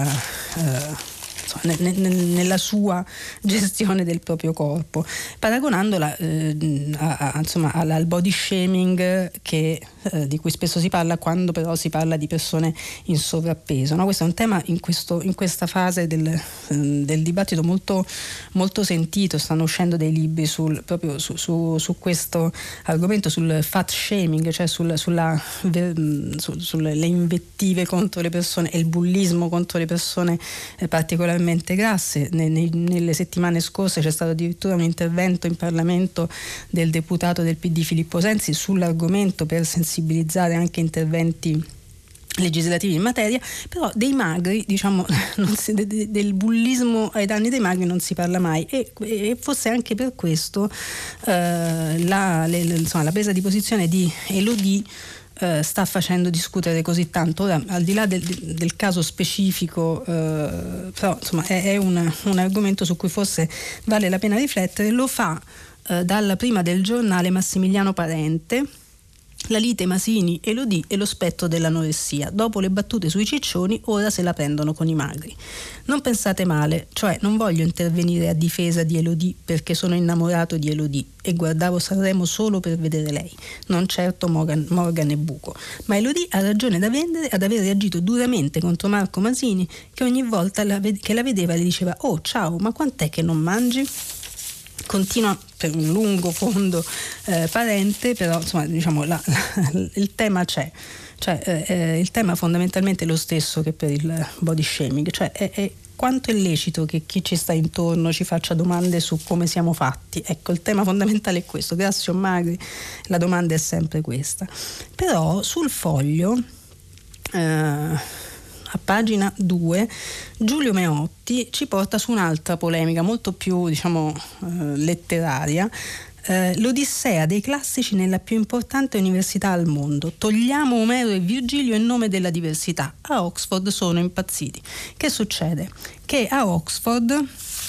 nella sua gestione del proprio corpo, paragonandola al body shaming di cui spesso si parla quando però si parla di persone in sovrappeso, no? Questo è un tema in questa fase del dibattito molto, molto sentito. Stanno uscendo dei libri proprio su questo argomento, sul fat shaming, cioè sulle invettive contro le persone e il bullismo contro le persone particolarmente grasse. Nelle settimane scorse c'è stato addirittura un intervento in Parlamento del deputato del PD Filippo Sensi sull'argomento per sensibilizzare anche interventi legislativi in materia, però dei magri, diciamo, del bullismo ai danni dei magri non si parla mai, e forse anche per questo la presa di posizione di Elodie sta facendo discutere così tanto. Ora, al di là del caso specifico, però insomma è un argomento su cui forse vale la pena riflettere. Lo fa dalla prima del giornale Massimiliano Parente: la lite Masini Elodie e lo spettro dell'anoressia. Dopo le battute sui ciccioni, ora se la prendono con i magri. Non pensate male, cioè non voglio intervenire a difesa di Elodie perché sono innamorato di Elodie e guardavo Sanremo solo per vedere lei, non certo Morgan e Buco. Ma Elodie ha ragione da vendere ad aver reagito duramente contro Marco Masini, che ogni volta che la vedeva le diceva: oh ciao, ma quant'è che non mangi? Continua per un lungo fondo Parente, però insomma diciamo il tema c'è, cioè il tema fondamentalmente è lo stesso che per il body shaming, cioè è quanto è lecito che chi ci sta intorno ci faccia domande su come siamo fatti. Ecco, il tema fondamentale è questo: grassi o magri, la domanda è sempre questa. Però sul Foglio a pagina 2, Giulio Meotti ci porta su un'altra polemica molto più, letteraria. L'Odissea dei classici nella più importante università al mondo. Togliamo Omero e Virgilio in nome della diversità. A Oxford sono impazziti. Che succede? Che a Oxford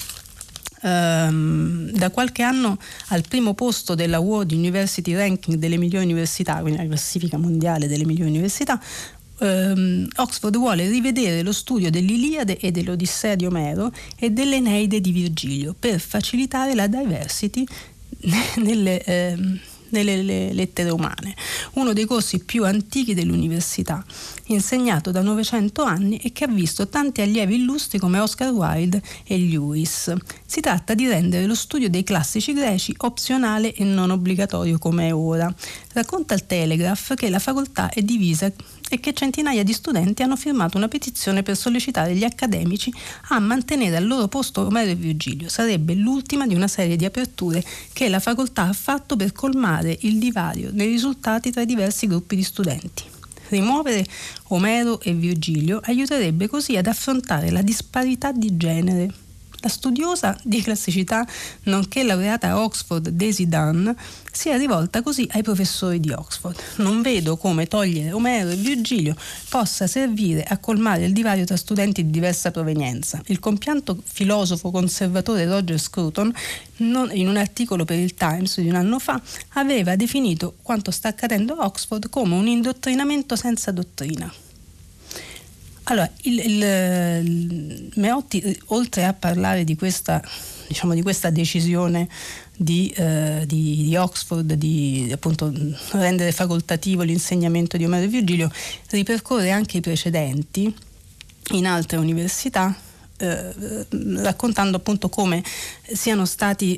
da qualche anno al primo posto della World University Ranking delle migliori università, quindi la classifica mondiale delle migliori università, Oxford vuole rivedere lo studio dell'Iliade e dell'Odissea di Omero e dell'Eneide di Virgilio per facilitare la diversity nelle lettere umane, uno dei corsi più antichi dell'università, insegnato da 900 anni e che ha visto tanti allievi illustri come Oscar Wilde e Lewis. Si tratta di rendere lo studio dei classici greci opzionale e non obbligatorio come è ora. Racconta il Telegraph che la facoltà è divisa e che centinaia di studenti hanno firmato una petizione per sollecitare gli accademici a mantenere al loro posto Omero e Virgilio. Sarebbe l'ultima di una serie di aperture che la facoltà ha fatto per colmare il divario nei risultati tra i diversi gruppi di studenti. Rimuovere Omero e Virgilio aiuterebbe così ad affrontare la disparità di genere. La studiosa di classicità, nonché laureata a Oxford Daisy Dunn, si è rivolta così ai professori di Oxford. Non vedo come togliere Omero e Virgilio possa servire a colmare il divario tra studenti di diversa provenienza. Il compianto filosofo conservatore Roger Scruton, in un articolo per il Times di un anno fa, aveva definito quanto sta accadendo a Oxford come un indottrinamento senza dottrina. Allora, il Meotti, oltre a parlare di questa decisione di Oxford di appunto rendere facoltativo l'insegnamento di Omero e Virgilio, ripercorre anche i precedenti in altre università, raccontando appunto come siano state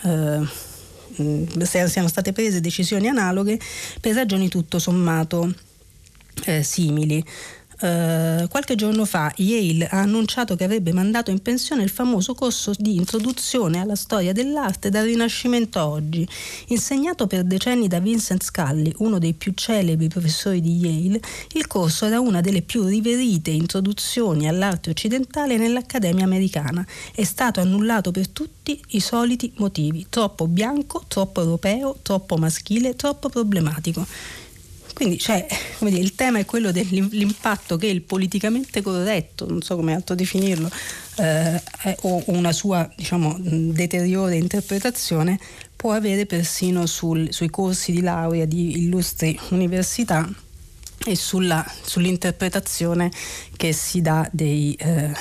prese decisioni analoghe per ragioni tutto sommato simili. Qualche giorno fa Yale ha annunciato che avrebbe mandato in pensione il famoso corso di introduzione alla storia dell'arte dal Rinascimento a oggi, insegnato per decenni da Vincent Scully, uno dei più celebri professori di Yale. Il corso era una delle più riverite introduzioni all'arte occidentale nell'Accademia americana. È stato annullato per tutti i soliti motivi: troppo bianco, troppo europeo, troppo maschile, troppo problematico. Quindi il tema è quello dell'impatto che il politicamente corretto, non so come altro definirlo, o una sua deteriore interpretazione può avere persino sui corsi di laurea di illustri università e sull'interpretazione che si dà dei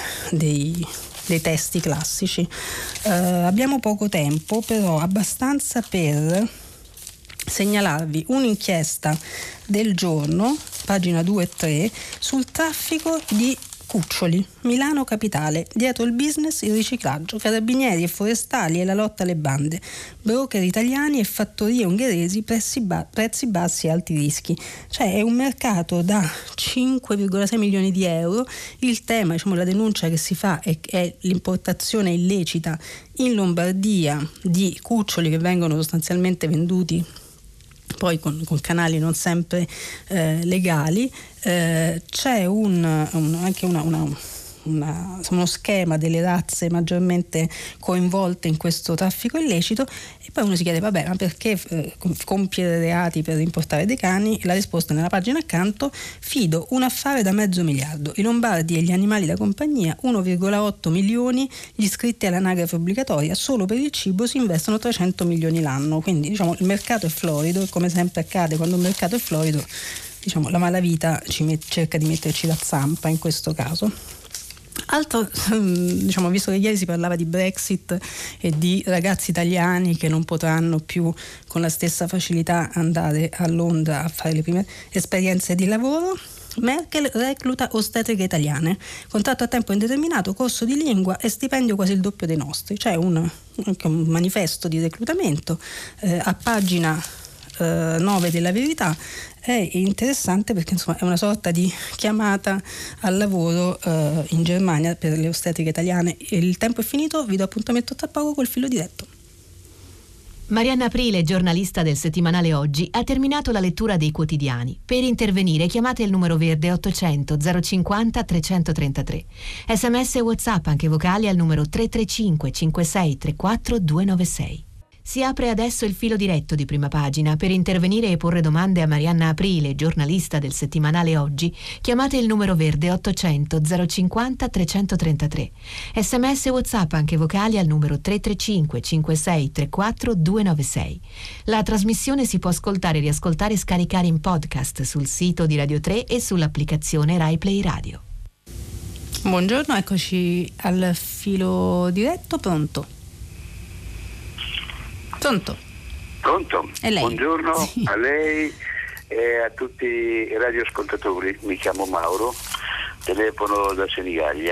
testi classici. Abbiamo poco tempo, però abbastanza per segnalarvi un'inchiesta del Giorno, pagina 2 e 3, sul traffico di cuccioli, Milano capitale, dietro il business il riciclaggio, carabinieri e forestali e la lotta alle bande, broker italiani e fattorie ungheresi, prezzi bassi e alti rischi. È un mercato da 5,6 milioni di euro. Il tema, la denuncia che si fa è l'importazione illecita in Lombardia di cuccioli che vengono sostanzialmente venduti poi con canali non sempre legali. C'è anche uno schema delle razze maggiormente coinvolte in questo traffico illecito, e poi uno si chiede ma perché compiere reati per importare dei cani? La risposta è nella pagina accanto: fido, un affare da $500 milioni, i lombardi e gli animali da compagnia 1,8 milioni, gli iscritti all'anagrafe obbligatoria, solo per il cibo si investono 300 milioni l'anno. Quindi il mercato è florido, e come sempre accade quando un mercato è florido, la malavita cerca di metterci la zampa in questo caso. Altro, visto che ieri si parlava di Brexit e di ragazzi italiani che non potranno più con la stessa facilità andare a Londra a fare le prime esperienze di lavoro, Merkel recluta ostetriche italiane, contratto a tempo indeterminato, corso di lingua e stipendio quasi il doppio dei nostri. C'è anche un manifesto di reclutamento a pagina 9 della Verità. È interessante perché è una sorta di chiamata al lavoro in Germania per le ostetriche italiane. Il tempo è finito, vi do appuntamento tra poco col filo diretto. Marianna Aprile, giornalista del settimanale Oggi, ha terminato la lettura dei quotidiani. Per intervenire chiamate il numero verde 800 050 333. SMS e WhatsApp anche vocali al numero 335 56 34 296. Si apre adesso il filo diretto di Prima Pagina. Per intervenire e porre domande a Marianna Aprile, giornalista del settimanale Oggi, chiamate il numero verde 800 050 333. SMS e WhatsApp anche vocali al numero 335 56 34 296. La trasmissione si può ascoltare, riascoltare e scaricare in podcast sul sito di Radio 3 e sull'applicazione Rai Play Radio. Buongiorno, eccoci al filo diretto, pronto? Pronto? È lei? Buongiorno, sì. A lei e a tutti i radioascoltatori. Mi chiamo Mauro, telefono da Senigallia.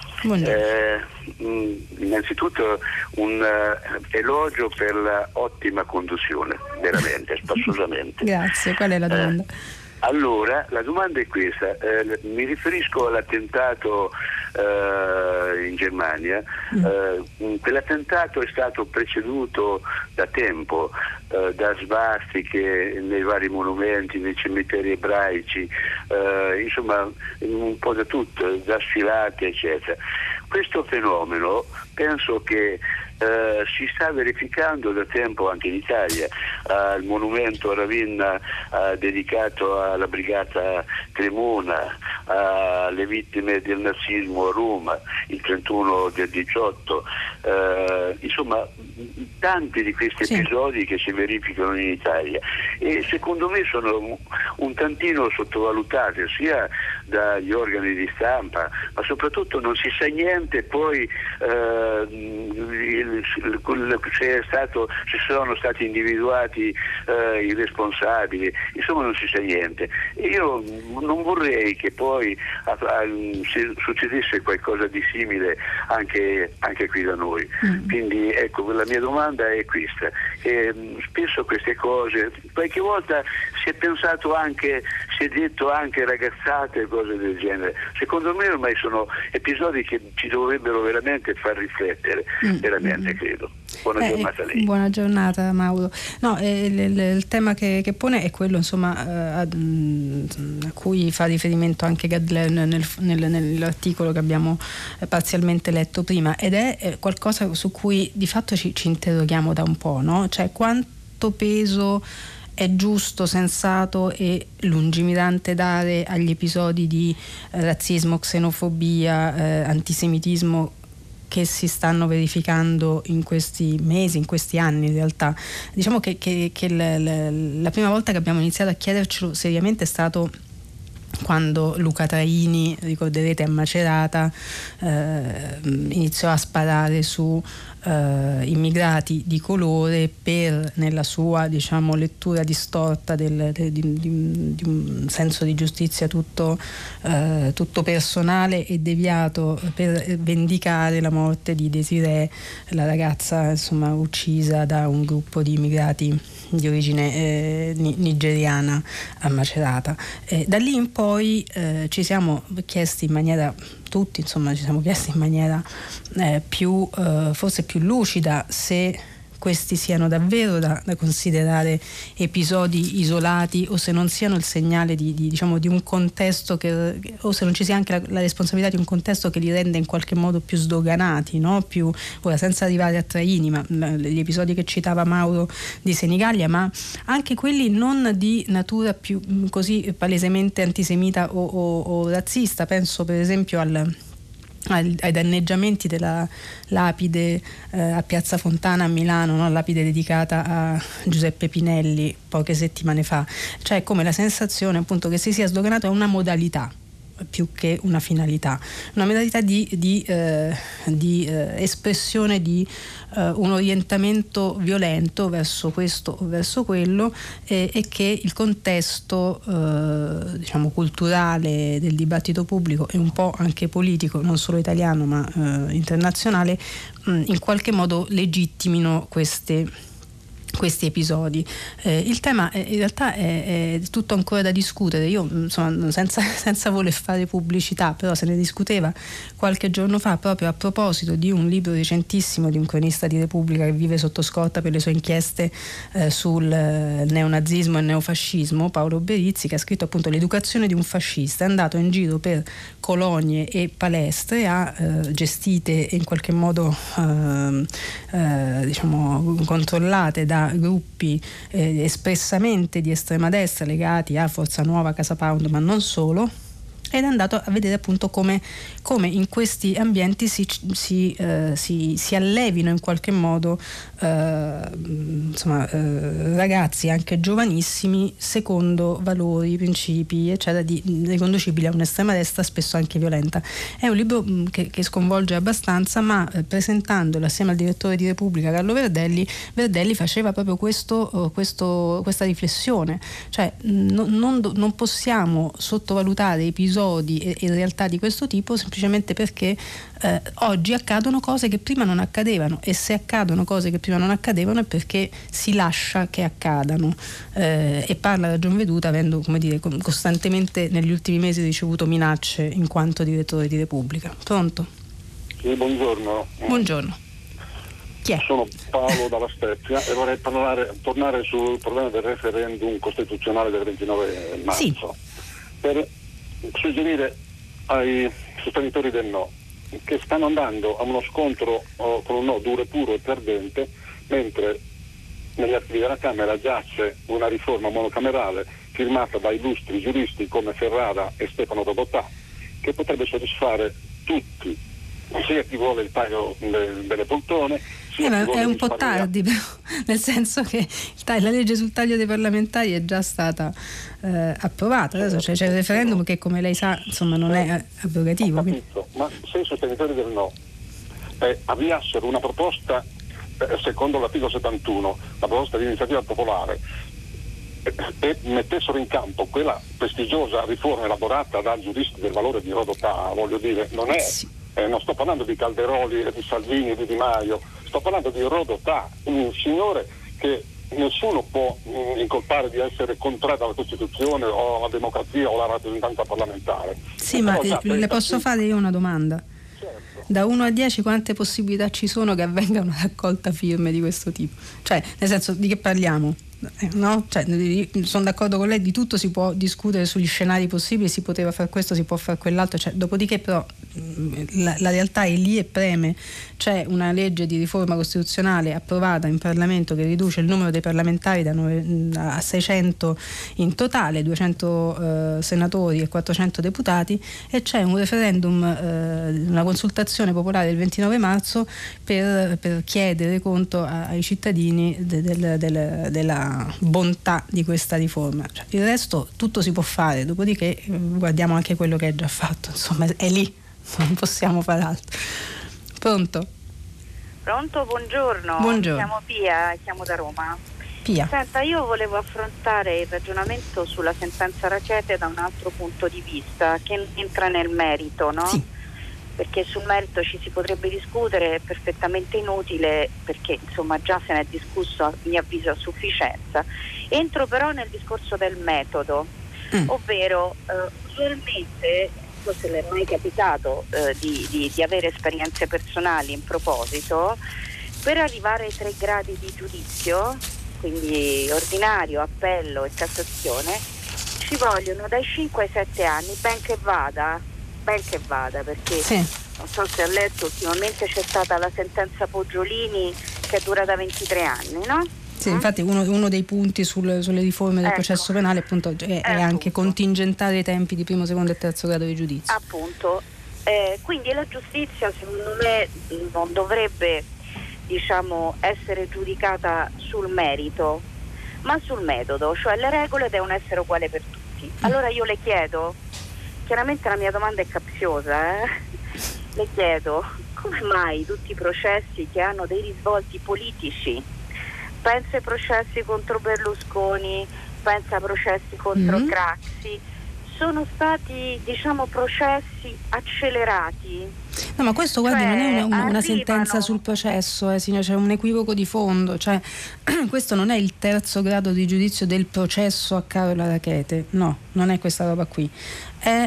Innanzitutto un elogio per la ottima conduzione, veramente, spassosamente. Grazie, qual è la domanda? Allora, la domanda è questa, mi riferisco all'attentato in Germania. Quell'attentato è stato preceduto da tempo da svastiche nei vari monumenti, nei cimiteri ebraici, insomma un po' da tutto, da sfilate eccetera. Questo fenomeno penso che si sta verificando da tempo anche in Italia. Il monumento a Ravenna dedicato alla brigata Cremona, alle vittime del nazismo a Roma il 31 del 18, insomma tanti di questi episodi che si verificano in Italia e secondo me sono un tantino sottovalutati sia dagli organi di stampa, ma soprattutto non si sa niente poi se sono stati individuati i responsabili, insomma non si sa niente. Io non vorrei che poi succedesse qualcosa di simile anche qui da noi. Quindi ecco, la mia domanda è questa. Spesso queste cose, qualche volta si è pensato anche, si è detto anche ragazzate, cose del genere. Secondo me ormai sono episodi che ci dovrebbero veramente far riflettere, veramente credo. Buona giornata a lei. Buona giornata Mauro. No, il tema che pone è quello insomma a cui fa riferimento anche Gadler nell'articolo che abbiamo parzialmente letto prima, ed è qualcosa su cui di fatto ci interroghiamo da un po', no? Cioè quanto peso è giusto, sensato e lungimirante dare agli episodi di razzismo, xenofobia, antisemitismo che si stanno verificando in questi mesi, in questi anni in realtà. Diciamo che la prima volta che abbiamo iniziato a chiedercelo seriamente è stato quando Luca Traini, ricorderete, a Macerata iniziò a sparare su immigrati di colore nella sua, diciamo, lettura distorta di un senso di giustizia tutto personale e deviato, per vendicare la morte di Desiree, la ragazza insomma uccisa da un gruppo di immigrati di origine nigeriana a Macerata. Da lì in poi ci siamo chiesti in maniera forse più lucida se questi siano davvero da considerare episodi isolati o se non siano il segnale di un contesto o se non ci sia anche la responsabilità di un contesto che li rende in qualche modo più sdoganati, no? Ora senza arrivare a Traini, ma gli episodi che citava Mauro di Senigallia, ma anche quelli non di natura più così palesemente antisemita o razzista. Penso per esempio ai danneggiamenti della lapide a Piazza Fontana a Milano, no? Lapide dedicata a Giuseppe Pinelli poche settimane fa. Cioè come la sensazione appunto che si sia sdoganato è una modalità più che una finalità, una modalità di espressione di un orientamento violento verso questo o verso quello, e che il contesto culturale del dibattito pubblico e un po' anche politico, non solo italiano ma internazionale, in qualche modo legittimino queste questi episodi. Il tema in realtà è tutto ancora da discutere. Io insomma, senza voler fare pubblicità, però se ne discuteva qualche giorno fa proprio a proposito di un libro recentissimo di un cronista di Repubblica che vive sotto scorta per le sue inchieste sul neonazismo e neofascismo, Paolo Berizzi, che ha scritto appunto L'educazione di un fascista. È andato in giro per colonie e palestre, ha gestite in qualche modo diciamo controllate da gruppi espressamente di estrema destra legati a Forza Nuova, Casa Pound, ma non solo, ed è andato a vedere appunto come in questi ambienti si allevino in qualche modo ragazzi anche giovanissimi secondo valori, principi eccetera riconducibili a un'estrema destra spesso anche violenta. È un libro che sconvolge abbastanza, ma presentandolo assieme al direttore di Repubblica Carlo Verdelli faceva proprio questa riflessione, cioè non possiamo sottovalutare episodi e realtà di questo tipo semplicemente perché oggi accadono cose che prima non accadevano, e se accadono cose che prima non accadevano è perché si lascia che accadano, e parla ragion veduta, avendo, come dire, costantemente negli ultimi mesi ricevuto minacce in quanto direttore di Repubblica. Pronto? Sì, buongiorno. Buongiorno. Chi è? Sono Paolo dalla Spezia e vorrei tornare sul problema del referendum costituzionale del 29 marzo. Sì. Per suggerire ai sostenitori del no che stanno andando a uno scontro con un no duro e puro e perdente, mentre negli archivi della Camera giace una riforma monocamerale firmata da illustri giuristi come Ferrara e Stefano Rodotà, che potrebbe soddisfare tutti, sia chi vuole il taglio delle poltrone, ma è un po' tardi, però, nel senso che la legge sul taglio dei parlamentari è già stata approvata. Adesso c'è il referendum che, come lei sa, insomma, non è abrogativo. Ma se i sostenitori del no avviassero una proposta secondo l'articolo 71, la proposta di iniziativa popolare, e mettessero in campo quella prestigiosa riforma elaborata da giuristi del valore di Rodotà, voglio dire, non sto parlando di Calderoli e di Salvini e di Di Maio, sto parlando di Rodotà, un signore che nessuno può incolpare di essere contrario alla Costituzione o alla democrazia o alla rappresentanza parlamentare. Sì, ma le posso fare io una domanda? Certo. Da 1 a 10 quante possibilità ci sono che avvenga una raccolta firme di questo tipo? Cioè, nel senso, di che parliamo? No? Cioè, sono d'accordo con lei, di tutto si può discutere sugli scenari possibili, si poteva fare questo, si può fare quell'altro, cioè, dopodiché però la realtà è lì e preme. C'è una legge di riforma costituzionale approvata in Parlamento che riduce il numero dei parlamentari a 600 in totale, 200 senatori e 400 deputati, e c'è un referendum, una consultazione popolare il 29 marzo per chiedere conto ai cittadini della bontà di questa riforma. Cioè, il resto tutto si può fare, dopodiché guardiamo anche quello che è già fatto, insomma è lì, non possiamo fare altro. Pronto? Pronto, buongiorno. Buongiorno. Chiamo Pia, chiamo da Roma. Pia. Senta, io volevo affrontare il ragionamento sulla sentenza Racete da un altro punto di vista, che entra nel merito, no? Sì. Perché sul merito ci si potrebbe discutere, è perfettamente inutile, perché insomma già se ne è discusso a mio avviso a sufficienza. Entro però nel discorso del metodo, ovvero usualmente, non so se le è mai capitato di avere esperienze personali in proposito, per arrivare ai 3 gradi di giudizio, quindi ordinario, appello e Cassazione, ci vogliono dai 5 ai 7 anni, ben che vada, perché sì. Non so se ha letto, ultimamente c'è stata la sentenza Poggiolini che è durata 23 anni, no? Sì, infatti uno dei punti sulle riforme del processo penale appunto è anche contingentare i tempi di primo, secondo e terzo grado di giudizio. Appunto, quindi la giustizia secondo me non dovrebbe, diciamo, essere giudicata sul merito, ma sul metodo, cioè le regole devono essere uguali per tutti. Allora io le chiedo, chiaramente la mia domanda è capziosa, le chiedo come mai tutti i processi che hanno dei risvolti politici, pensa ai processi contro Berlusconi, pensa ai processi contro Craxi, sono stati, diciamo, processi accelerati. No, ma questo, guardi, non è una arrivano... sentenza sul processo, signora, c'è un equivoco di fondo, cioè questo non è il terzo grado di giudizio del processo a Carola Rackete, no, non è questa roba qui, è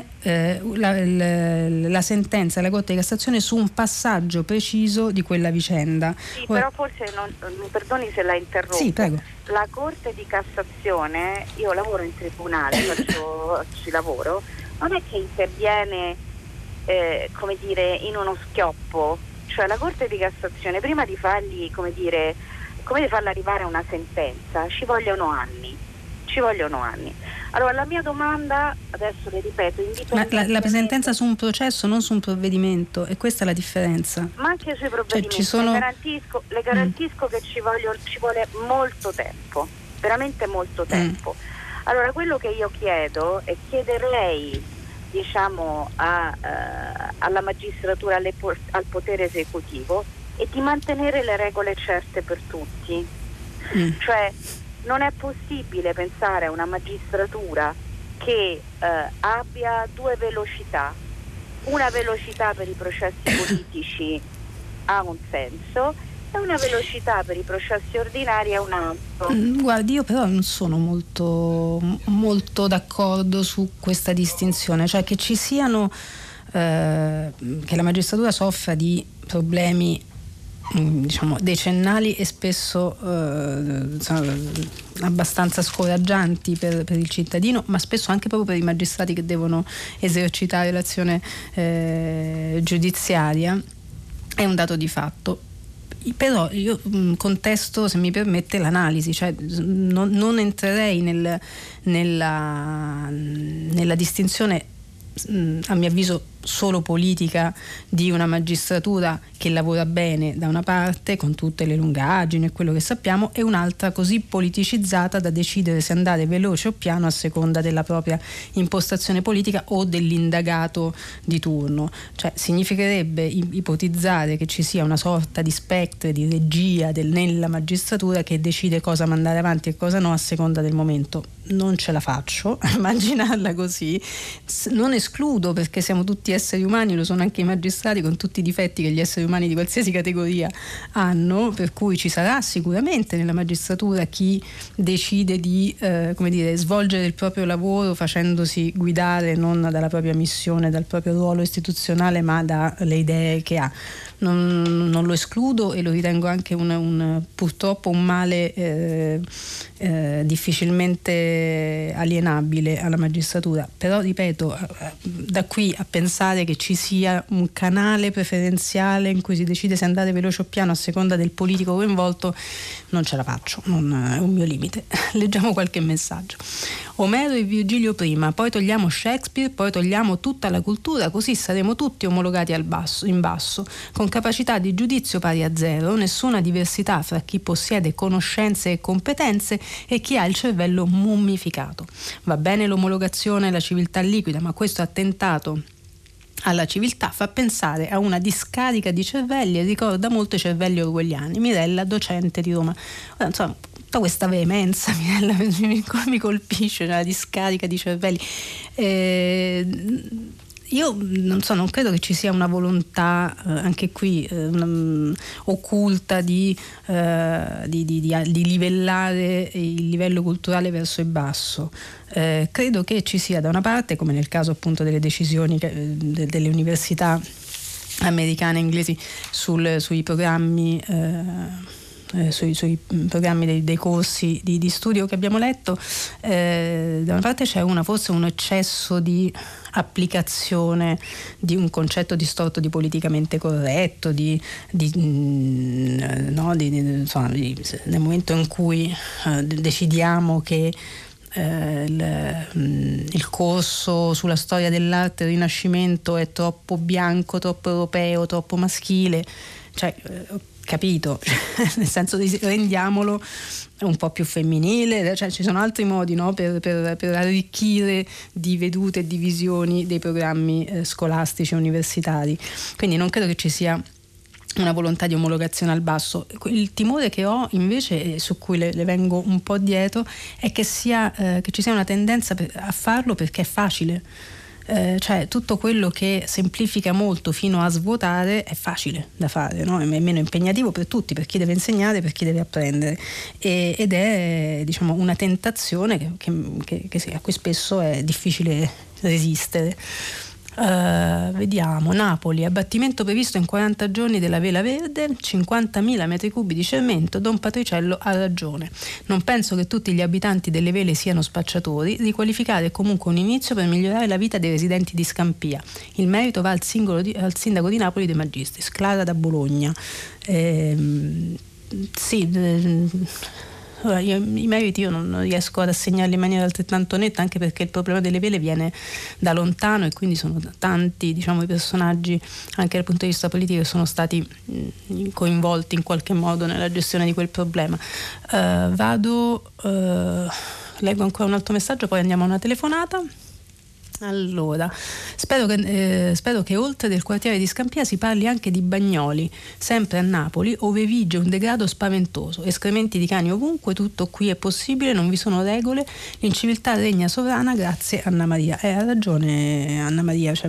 la sentenza della Corte di Cassazione su un passaggio preciso di quella vicenda. Sì, però forse, mi perdoni se la interrompo. Sì, prego. La Corte di Cassazione, io lavoro in tribunale, ci lavoro, non è che interviene come dire, in uno schioppo, cioè la Corte di Cassazione prima di fargli, come di farla arrivare a una sentenza ci vogliono anni. Allora la mia domanda, adesso le ripeto, ma la sentenza su un processo, non su un provvedimento, e questa è la differenza. Ma anche sui provvedimenti, le garantisco che ci vuole molto tempo, veramente molto tempo. Allora quello che io chiedo è chiederei, diciamo, alla magistratura, al potere esecutivo, e di mantenere le regole certe per tutti. Cioè non è possibile pensare a una magistratura che abbia due velocità. Una velocità per i processi politici ha un senso e una velocità per i processi ordinari ha un altro. Guardi, io però non sono molto d'accordo su questa distinzione, cioè che ci siano che la magistratura soffra di problemi, diciamo, decennali e spesso abbastanza scoraggianti per il cittadino, ma spesso anche proprio per i magistrati che devono esercitare l'azione giudiziaria, è un dato di fatto. Però io contesto, se mi permette, l'analisi, cioè non entrerei nella distinzione, a mio avviso solo politica, di una magistratura che lavora bene da una parte con tutte le lungaggini e quello che sappiamo, e un'altra così politicizzata da decidere se andare veloce o piano a seconda della propria impostazione politica o dell'indagato di turno. Cioè significherebbe ipotizzare che ci sia una sorta di spettro, di regia nella magistratura che decide cosa mandare avanti e cosa no a seconda del momento. Non ce la faccio a immaginarla così. Non escludo, perché siamo tutti esseri umani, lo sono anche i magistrati, con tutti i difetti che gli esseri umani di qualsiasi categoria hanno, per cui ci sarà sicuramente nella magistratura chi decide di svolgere il proprio lavoro facendosi guidare non dalla propria missione, dal proprio ruolo istituzionale, ma dalle idee che ha. Non lo escludo e lo ritengo anche purtroppo un male difficilmente alienabile alla magistratura, però ripeto, da qui a pensare che ci sia un canale preferenziale in cui si decide se andare veloce o piano a seconda del politico coinvolto, non ce la faccio, non è un mio limite. Leggiamo qualche messaggio. Omero e Virgilio prima, poi togliamo Shakespeare, poi togliamo tutta la cultura, così saremo tutti omologati in basso, con capacità di giudizio pari a zero, nessuna diversità fra chi possiede conoscenze e competenze e chi ha il cervello mummificato. Va bene l'omologazione e la civiltà liquida, ma questo attentato alla civiltà fa pensare a una discarica di cervelli e ricorda molto i cervelli orwelliani. Mirella, docente di Roma. Insomma, tutta questa veemenza, Mirella, mi colpisce, la discarica di cervelli. Io non credo che ci sia una volontà anche qui occulta di livellare il livello culturale verso il basso. Credo che ci sia, da una parte, come nel caso appunto delle decisioni delle università americane e inglesi sui programmi sui programmi dei corsi di studio che abbiamo letto, da una parte c'è forse un eccesso di applicazione di un concetto distorto di politicamente corretto, nel momento in cui decidiamo che il corso sulla storia dell'arte del Rinascimento è troppo bianco, troppo europeo, troppo maschile, cioè capito, nel senso di rendiamolo un po' più femminile, cioè ci sono altri modi, no, per arricchire di vedute e di visioni dei programmi scolastici e universitari, quindi non credo che ci sia una volontà di omologazione al basso. Il timore che ho invece, su cui le vengo un po' dietro, è che ci sia una tendenza a farlo perché è facile. Cioè tutto quello che semplifica molto fino a svuotare è facile da fare, no? È meno impegnativo per tutti, per chi deve insegnare, per chi deve apprendere, ed è, diciamo, una tentazione che a cui spesso è difficile resistere. Vediamo, Napoli, abbattimento previsto in 40 giorni della Vela Verde, 50.000 metri cubi di cemento. Don Patriciello ha ragione, non penso che tutti gli abitanti delle vele siano spacciatori, riqualificare è comunque un inizio per migliorare la vita dei residenti di Scampia, il merito va al sindaco di Napoli De Magistris. Clara da Bologna. I meriti io non riesco ad assegnarli in maniera altrettanto netta, anche perché il problema delle vele viene da lontano e quindi sono tanti, diciamo, i personaggi anche dal punto di vista politico che sono stati coinvolti in qualche modo nella gestione di quel problema. Leggo ancora un altro messaggio, poi andiamo a una telefonata. Allora, spero che oltre del quartiere di Scampia si parli anche di Bagnoli, sempre a Napoli, ove vige un degrado spaventoso, escrementi di cani ovunque, tutto qui è possibile, non vi sono regole, l'inciviltà regna sovrana, grazie Anna Maria. Ha ragione Anna Maria, cioè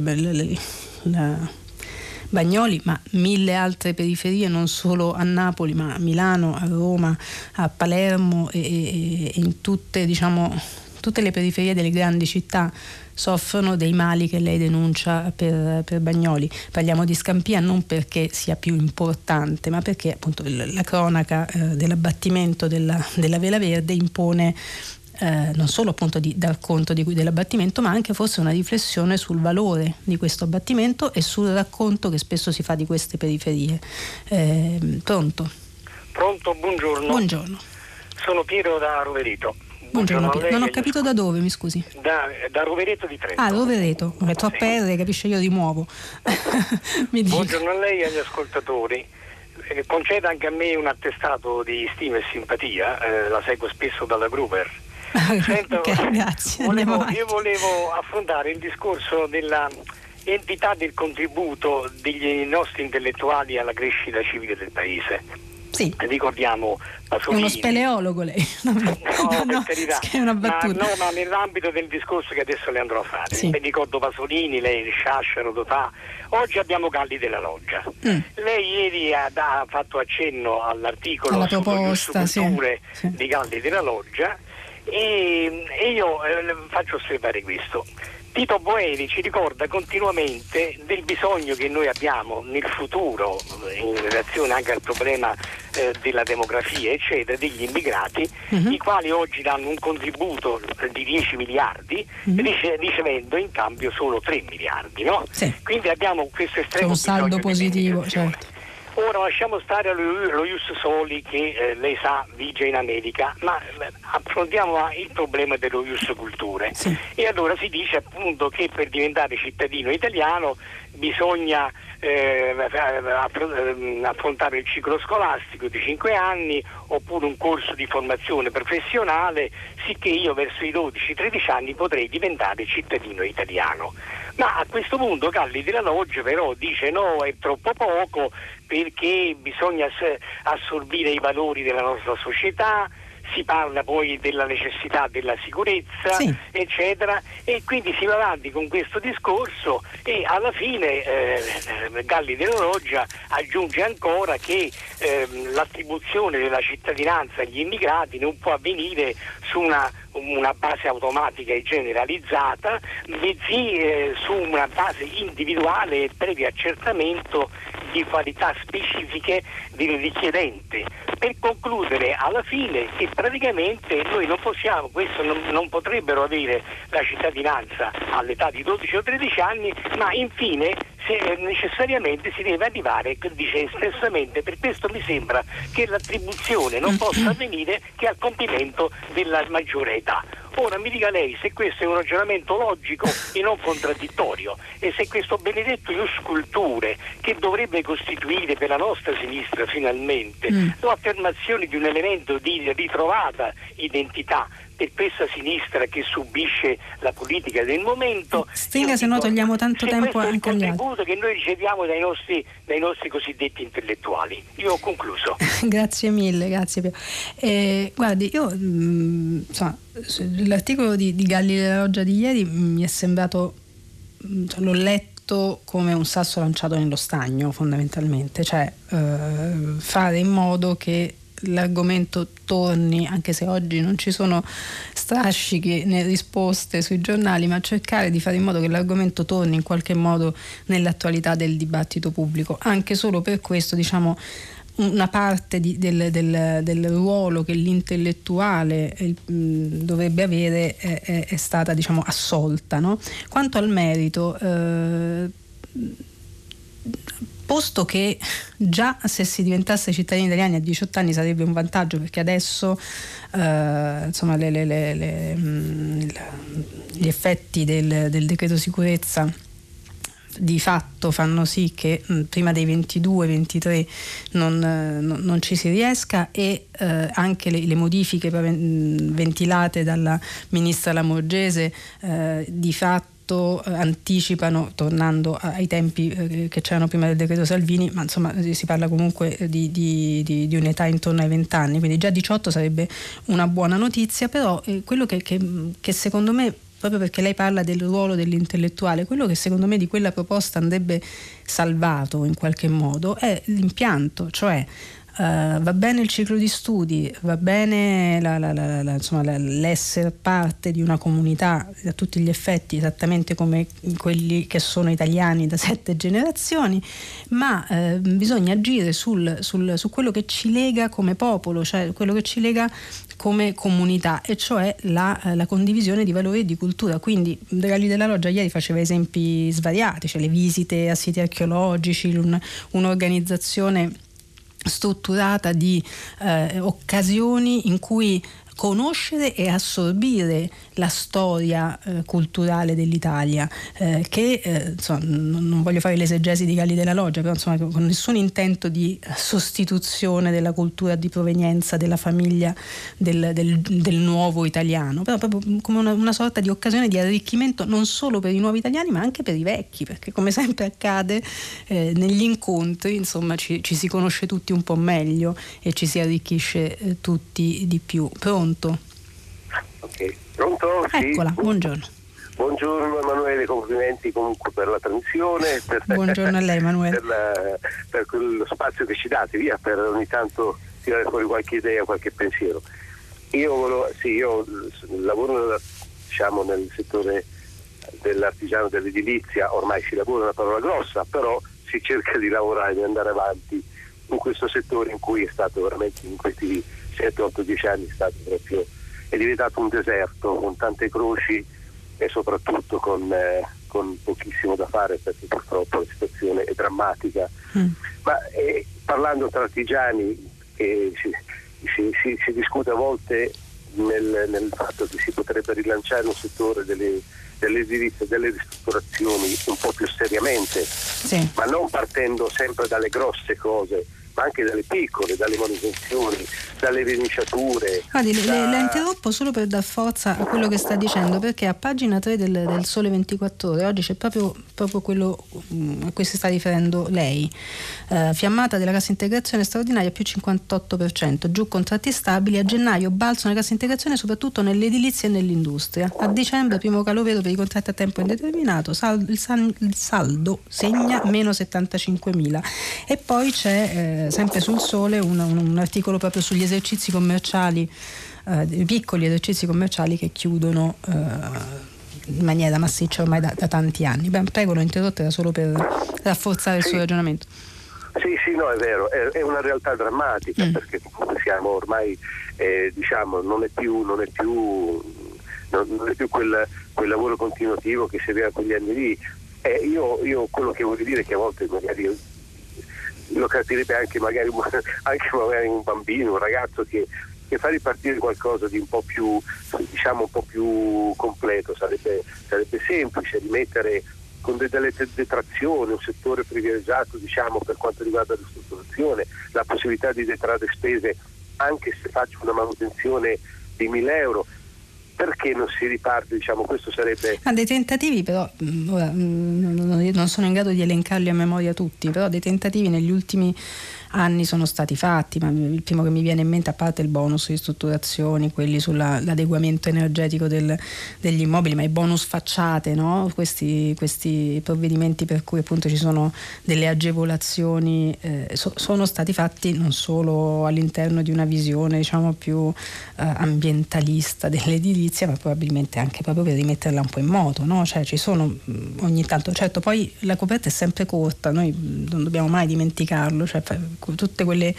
Bagnoli, ma 1000 altre periferie, non solo a Napoli, ma a Milano, a Roma, a Palermo e in tutte, diciamo, tutte le periferie delle grandi città soffrono dei mali che lei denuncia per Bagnoli. Parliamo di Scampia non perché sia più importante, ma perché appunto la cronaca dell'abbattimento della Vela Verde impone non solo appunto di dar conto dell'abbattimento, ma anche forse una riflessione sul valore di questo abbattimento e sul racconto che spesso si fa di queste periferie. Pronto, buongiorno. Buongiorno. Sono Piero da Rovereto. Buongiorno, non ho capito da dove, mi scusi. Da Rovereto di Trento. Ah, Rovereto, è troppo R, capisce, io rimuovo. Buongiorno a lei e agli ascoltatori. Conceda anche a me un attestato di stima e simpatia, la seguo spesso dalla Gruber. Sento, okay, grazie. Io volevo affrontare il discorso della entità del contributo degli nostri intellettuali alla crescita civile del Paese. Sì. Ricordiamo Pasolini. È uno speleologo lei. No, per carità. È una battuta. Ma nell'ambito del discorso che adesso le andrò a fare. Sì. Ricordo Pasolini, lei, Sciasciaro, Dotà. Oggi abbiamo Galli della Loggia. Lei ieri ha fatto accenno all'articolo alla sulle proposta, culture di Galli della Loggia e io faccio osservare questo. Tito Boeri ci ricorda continuamente del bisogno che noi abbiamo nel futuro, in relazione anche al problema della demografia, eccetera, degli immigrati, i quali oggi danno un contributo di 10 miliardi, ricevendo in cambio solo 3 miliardi, no? Sì. Quindi abbiamo questo estremo bisogno. Un saldo positivo, certo. Ora lasciamo stare lo Ius Soli che lei sa vige in America, ma affrontiamo il problema dello Ius Culture. Sì. E allora si dice appunto che per diventare cittadino italiano bisogna affrontare il ciclo scolastico di 5 anni oppure un corso di formazione professionale, sicché io verso i 12-13 anni potrei diventare cittadino italiano. Ma a questo punto Galli della Loggia però dice no, è troppo poco perché bisogna assorbire i valori della nostra società, si parla poi della necessità della sicurezza, sì, eccetera, e quindi si va avanti con questo discorso e alla fine Galli della Loggia aggiunge ancora che l'attribuzione della cittadinanza agli immigrati non può avvenire su una base automatica e generalizzata, bensì su una base individuale e previo accertamento di qualità specifiche del richiedente, per concludere alla fine che praticamente noi non possiamo, questo non potrebbero avere la cittadinanza all'età di 12 o 13 anni, ma infine necessariamente si deve arrivare, dice espressamente, per questo mi sembra che l'attribuzione non possa avvenire che al compimento della maggiore età. Ora mi dica lei se questo è un ragionamento logico e non contraddittorio e se questo benedetto Ius Culture, che dovrebbe costituire per la nostra sinistra finalmente l'affermazione di un elemento di ritrovata identità per questa sinistra che subisce la politica del momento. Stringa, se no togliamo tanto tempo anche agli altri. Questo è il contributo che noi riceviamo dai nostri cosiddetti intellettuali. Io ho concluso. Grazie mille, grazie. Guardi, io l'articolo di Galli della Loggia di ieri mi è sembrato, l'ho letto come un sasso lanciato nello stagno, fondamentalmente, cioè fare in modo che l'argomento torni, anche se oggi non ci sono strascichi né risposte sui giornali, ma cercare di fare in modo che l'argomento torni in qualche modo nell'attualità del dibattito pubblico. Anche solo per questo, diciamo, una parte del ruolo che l'intellettuale dovrebbe avere è stata, diciamo, assolta, no? Quanto al merito, posto che già se si diventasse cittadini italiani a 18 anni sarebbe un vantaggio, perché adesso insomma gli effetti del decreto sicurezza di fatto fanno sì che prima dei 22-23 non ci si riesca, e anche le modifiche ventilate dalla ministra Lamorgese di fatto anticipano, tornando ai tempi che c'erano prima del decreto Salvini, ma insomma si parla comunque di un'età intorno ai 20 anni, quindi già 18 sarebbe una buona notizia. Però quello che secondo me, proprio perché lei parla del ruolo dell'intellettuale, quello che secondo me di quella proposta andrebbe salvato in qualche modo è l'impianto, cioè va bene il ciclo di studi, va bene l'essere parte di una comunità a tutti gli effetti, esattamente come quelli che sono italiani da 7 generazioni, ma bisogna agire su quello che ci lega come popolo, cioè quello che ci lega come comunità, e cioè la condivisione di valori e di cultura. Quindi Galli della Loggia ieri faceva esempi svariati, cioè le visite a siti archeologici, un'organizzazione strutturata di occasioni in cui conoscere e assorbire la storia culturale dell'Italia, che insomma, non voglio fare l'esegesi di Galli della Loggia, però insomma con nessun intento di sostituzione della cultura di provenienza della famiglia del nuovo italiano, però proprio come una sorta di occasione di arricchimento non solo per i nuovi italiani ma anche per i vecchi, perché come sempre accade negli incontri, insomma ci si conosce tutti un po' meglio e ci si arricchisce tutti di più. Pronto? Ok, pronto? Eccola, sì. Buongiorno. Buongiorno Emanuele, complimenti comunque per la trasmissione. Buongiorno a lei Emanuele. per quello spazio che ci date, via, per ogni tanto tirare fuori qualche idea, qualche pensiero. Io lavoro nel settore dell'artigiano, dell'edilizia, ormai si lavora, una parola grossa, però si cerca di lavorare, di andare avanti in questo settore in cui è stato veramente in questi 7-8-10 anni è diventato un deserto con tante croci e soprattutto con pochissimo da fare, perché purtroppo la situazione è drammatica. Ma parlando tra artigiani si discute a volte nel fatto che si potrebbe rilanciare un settore dell'edilizia, delle ristrutturazioni un po' più seriamente, sì, ma non partendo sempre dalle grosse cose, ma anche dalle piccole, dalle manutenzioni, dalle verniciature. Guardi, la interrompo solo per dar forza a quello che sta dicendo, perché a pagina 3 del Sole 24 Ore oggi c'è proprio quello a cui si sta riferendo lei. Fiammata della cassa integrazione straordinaria più 58%, giù contratti stabili, a gennaio balzo nella cassa integrazione soprattutto nell'edilizia e nell'industria, a dicembre primo calo vero per i contratti a tempo indeterminato, il saldo segna meno 75.000. E poi c'è sempre sul Sole un articolo proprio sugli esercizi commerciali, piccoli esercizi commerciali che chiudono in maniera massiccia ormai da tanti anni. Prego, l'ho interrotta, era solo per rafforzare il suo ragionamento. Sì, no, è vero, è una realtà drammatica, perché siamo ormai non è più quel lavoro continuativo che si aveva quegli anni lì. Io quello che voglio dire è che a volte magari lo capirebbe anche magari un bambino, un ragazzo che fa ripartire qualcosa di un po' più completo, sarebbe semplice rimettere con delle detrazioni un settore privilegiato, per quanto riguarda la ristrutturazione, la possibilità di detrarre spese anche se faccio una manutenzione di 1.000 euro. perché non si riparte, diciamo, questo sarebbe... Dei tentativi però, ora, non sono in grado di elencarli a memoria tutti, però dei tentativi negli ultimi anni sono stati fatti, ma il primo che mi viene in mente, a parte il bonus ristrutturazioni, quelli sull'adeguamento energetico degli immobili, ma i bonus facciate, no? Questi provvedimenti per cui appunto ci sono delle agevolazioni, sono stati fatti non solo all'interno di una visione, diciamo, più ambientalista dell'edilizia, ma probabilmente anche proprio per rimetterla un po' in moto, no? Cioè ci sono ogni tanto, certo, poi la coperta è sempre corta, noi non dobbiamo mai dimenticarlo, cioè tutte quelle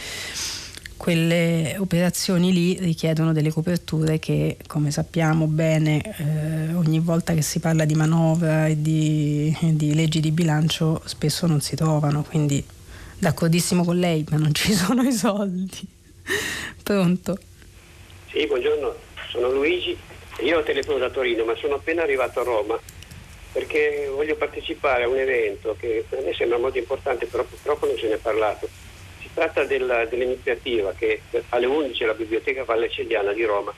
operazioni lì richiedono delle coperture che, come sappiamo bene, ogni volta che si parla di manovra e di leggi di bilancio spesso non si trovano, quindi d'accordissimo con lei, ma non ci sono i soldi. Pronto? Sì, buongiorno, sono Luigi, io telefono da Torino, ma sono appena arrivato a Roma perché voglio partecipare a un evento che a me sembra molto importante, però purtroppo non se ne è parlato. Si tratta dell'iniziativa che alle 11 alla Biblioteca Valleceliana di Roma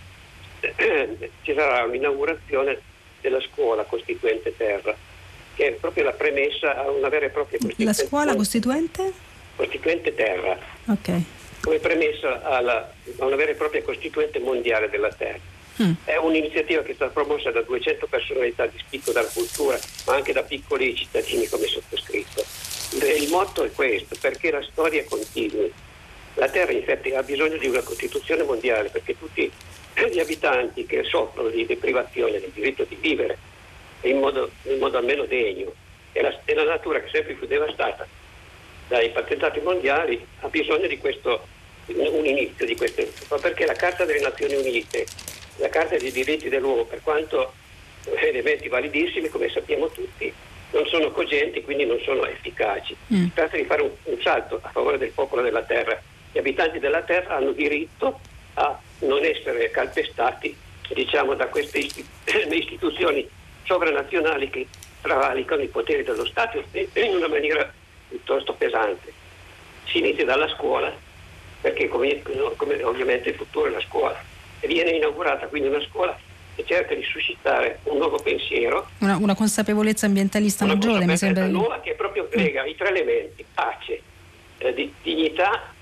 ci sarà un'inaugurazione della scuola Costituente Terra, che è proprio la premessa a una vera e propria Costituente. La scuola Costituente? Costituente Terra. Ok. Come premessa a una vera e propria Costituente mondiale della Terra. È un'iniziativa che è stata promossa da 200 personalità di spicco della cultura, ma anche da piccoli cittadini come sottoscritto. Il motto è questo: perché la storia continui. La Terra infatti ha bisogno di una Costituzione mondiale, perché tutti gli abitanti che soffrono di deprivazione del diritto di vivere in modo almeno degno, e la natura, che sempre più devastata dai patentati mondiali, ha bisogno di questo, un inizio di questo, perché la Carta delle Nazioni Unite, la Carta dei diritti dell'uomo, per quanto elementi validissimi, come sappiamo tutti, non sono cogenti, quindi non sono efficaci. Si tratta di fare un salto a favore del popolo della terra. Gli abitanti della terra hanno diritto a non essere calpestati, diciamo, da queste istituzioni sovranazionali che travalicano i poteri dello Stato in una maniera piuttosto pesante. Si inizia dalla scuola, perché come ovviamente il futuro è la scuola, e viene inaugurata quindi una scuola che cerca di suscitare un nuovo pensiero, una consapevolezza ambientalista maggiore, mi sembra, nuova, che proprio lega i tre elementi: pace, dignità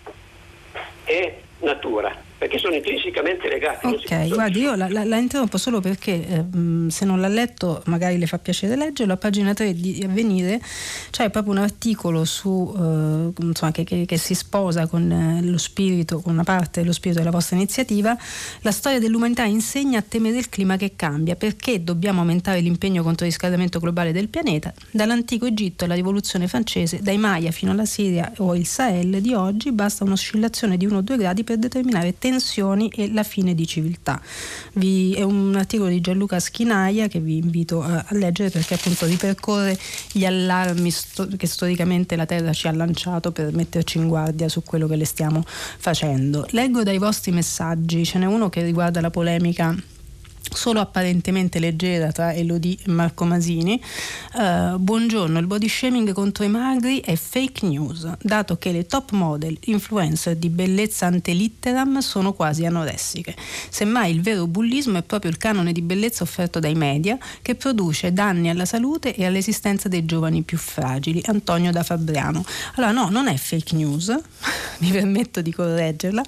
e natura, perché sono intrinsecamente legati. Ok, guardi, io la interrompo solo perché se non l'ha letto magari le fa piacere leggerlo. A pagina 3 di Avvenire c'è proprio un articolo su insomma, che si sposa con lo spirito, con una parte dello spirito della vostra iniziativa. La storia dell'umanità insegna a temere il clima che cambia, perché dobbiamo aumentare l'impegno contro il riscaldamento globale del pianeta. Dall'antico Egitto alla rivoluzione francese, dai Maya fino alla Siria o il Sahel di oggi, basta un'oscillazione di 1 o 2 gradi per determinare tensioni e la fine di civiltà. È un articolo di Gianluca Schinaia che vi invito a leggere, perché appunto ripercorre gli allarmi che storicamente la Terra ci ha lanciato per metterci in guardia su quello che le stiamo facendo. Leggo dai vostri messaggi, ce n'è uno che riguarda la polemica solo apparentemente leggera tra Elodie e Marco Masini. Buongiorno, il body shaming contro i magri è fake news, dato che le top model influencer di bellezza ante litteram sono quasi anoressiche. Semmai il vero bullismo è proprio il canone di bellezza offerto dai media, che produce danni alla salute e all'esistenza dei giovani più fragili. Antonio da Fabriano. Allora no, non è fake news, mi permetto di correggerla.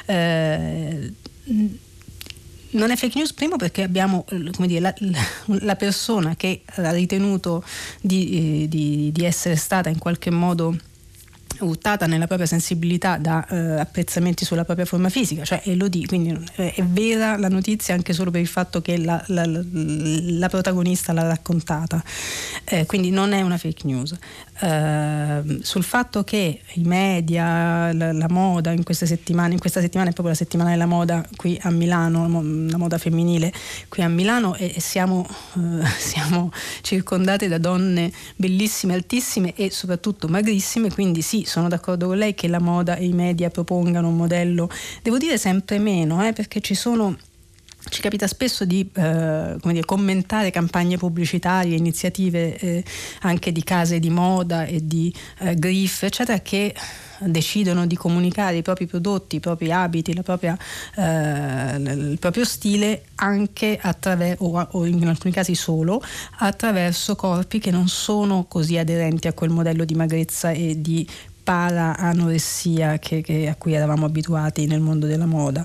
Non è fake news, primo perché abbiamo, come dire, la persona che ha ritenuto di essere stata in qualche modo urtata nella propria sensibilità da apprezzamenti sulla propria forma fisica, cioè Elodie, quindi è vera la notizia anche solo per il fatto che la protagonista l'ha raccontata, quindi non è una fake news. Sul fatto che i media, la moda in questa settimana è proprio la settimana della moda qui a Milano, la moda femminile qui a Milano, e siamo circondate da donne bellissime, altissime e soprattutto magrissime, quindi sì, sono d'accordo con lei che la moda e i media propongano un modello, devo dire sempre meno, perché ci sono ci capita spesso di commentare campagne pubblicitarie, iniziative anche di case di moda e di griff, eccetera, che decidono di comunicare i propri prodotti, i propri abiti, il proprio stile anche o in alcuni casi solo attraverso corpi che non sono così aderenti a quel modello di magrezza e di para-anoressia a cui eravamo abituati nel mondo della moda.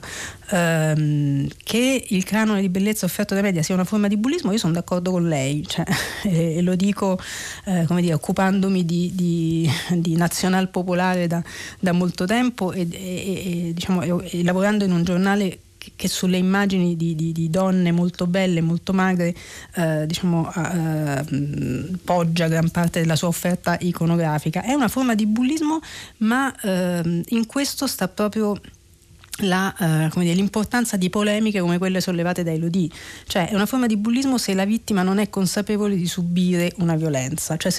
Che il canone di bellezza offerto dai media sia una forma di bullismo, io sono d'accordo con lei, e lo dico occupandomi di nazional popolare da molto tempo e lavorando in un giornale che sulle immagini di donne molto belle, molto magre, poggia gran parte della sua offerta iconografica. È una forma di bullismo, ma in questo sta proprio l'importanza di polemiche come quelle sollevate da Elodie. Cioè è una forma di bullismo se la vittima non è consapevole di subire una violenza, cioè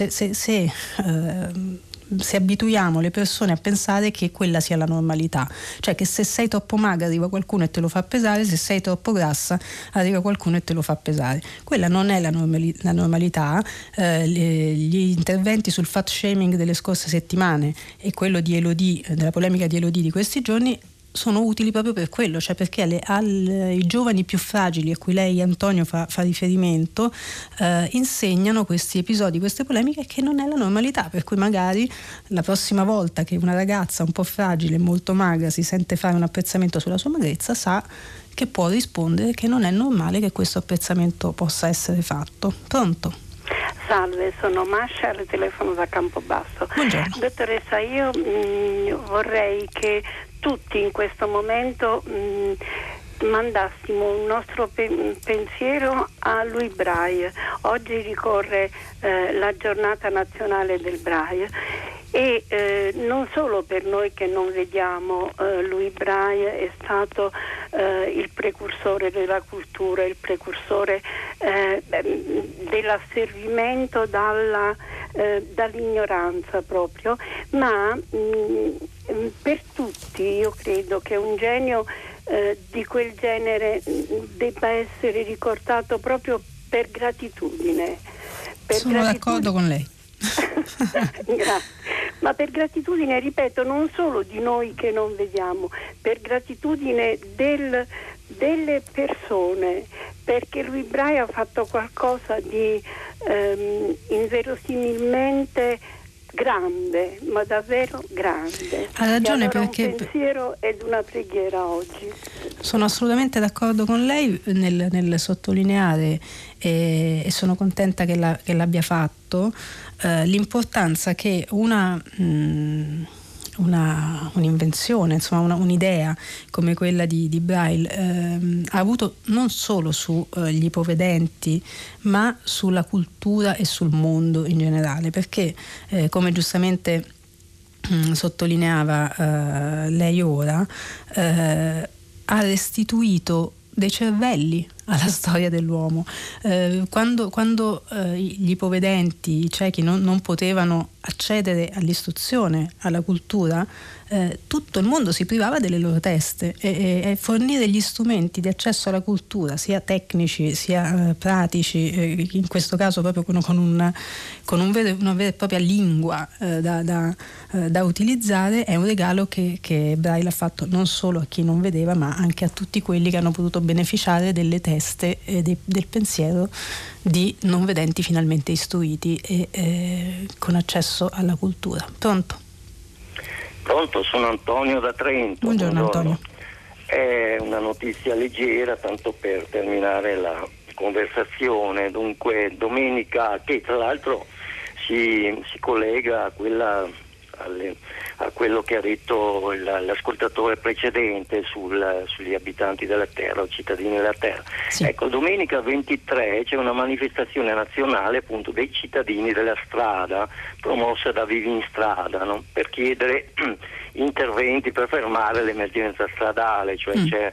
se abituiamo le persone a pensare che quella sia la normalità, cioè che se sei troppo magra arriva qualcuno e te lo fa pesare, se sei troppo grassa arriva qualcuno e te lo fa pesare. Quella non è la normalità. Gli interventi sul fat shaming delle scorse settimane e quello di Elodie, della polemica di Elodie di questi giorni, sono utili proprio per quello, cioè perché ai giovani più fragili a cui lei, Antonio, fa riferimento, insegnano questi episodi, queste polemiche, che non è la normalità, per cui magari la prossima volta che una ragazza un po' fragile e molto magra si sente fare un apprezzamento sulla sua magrezza, sa che può rispondere che non è normale che questo apprezzamento possa essere fatto. Pronto? Salve, sono Mascia, al telefono da Campobasso. Buongiorno. Dottoressa, io vorrei che tutti in questo momento mandassimo un nostro pensiero a Louis Braille. Oggi ricorre la giornata nazionale del Braille e non solo per noi che non vediamo, Louis Braille è stato il precursore della cultura, il precursore dell'asservimento dall'ignoranza proprio, ma per tutti io credo che un genio di quel genere debba essere ricordato proprio per gratitudine. Sono d'accordo con lei. Grazie. Ma per gratitudine, ripeto, non solo di noi che non vediamo, per gratitudine delle persone, perché Louis Braille ha fatto qualcosa di inverosimilmente grande, ma davvero grande. Ha ragione, allora perché un pensiero ed una preghiera oggi. Sono assolutamente d'accordo con lei nel sottolineare e sono contenta che l'abbia fatto l'importanza che un'invenzione, insomma un'idea come quella di Braille ha avuto non solo sugli ipovedenti, ma sulla cultura e sul mondo in generale, perché come giustamente sottolineava lei ora, ha restituito dei cervelli alla storia dell'uomo. Quando gli ipovedenti, i ciechi non potevano accedere all'istruzione, alla cultura, tutto il mondo si privava delle loro teste e fornire gli strumenti di accesso alla cultura, sia tecnici sia pratici, in questo caso proprio con una vera e propria lingua da utilizzare, è un regalo che Braille ha fatto non solo a chi non vedeva, ma anche a tutti quelli che hanno potuto beneficiare delle teste e del pensiero di non vedenti finalmente istruiti e con accesso alla cultura. Pronto? Pronto, sono Antonio da Trento. Buongiorno Antonio. È una notizia leggera, tanto per terminare la conversazione. Dunque, domenica, che tra l'altro si collega a quello che ha detto l'ascoltatore precedente sugli abitanti della terra o cittadini della terra. Sì. Ecco, domenica 23 c'è una manifestazione nazionale appunto dei cittadini della strada, promossa da Vivi in Strada, no? Per chiedere interventi per fermare l'emergenza stradale, cioè c'è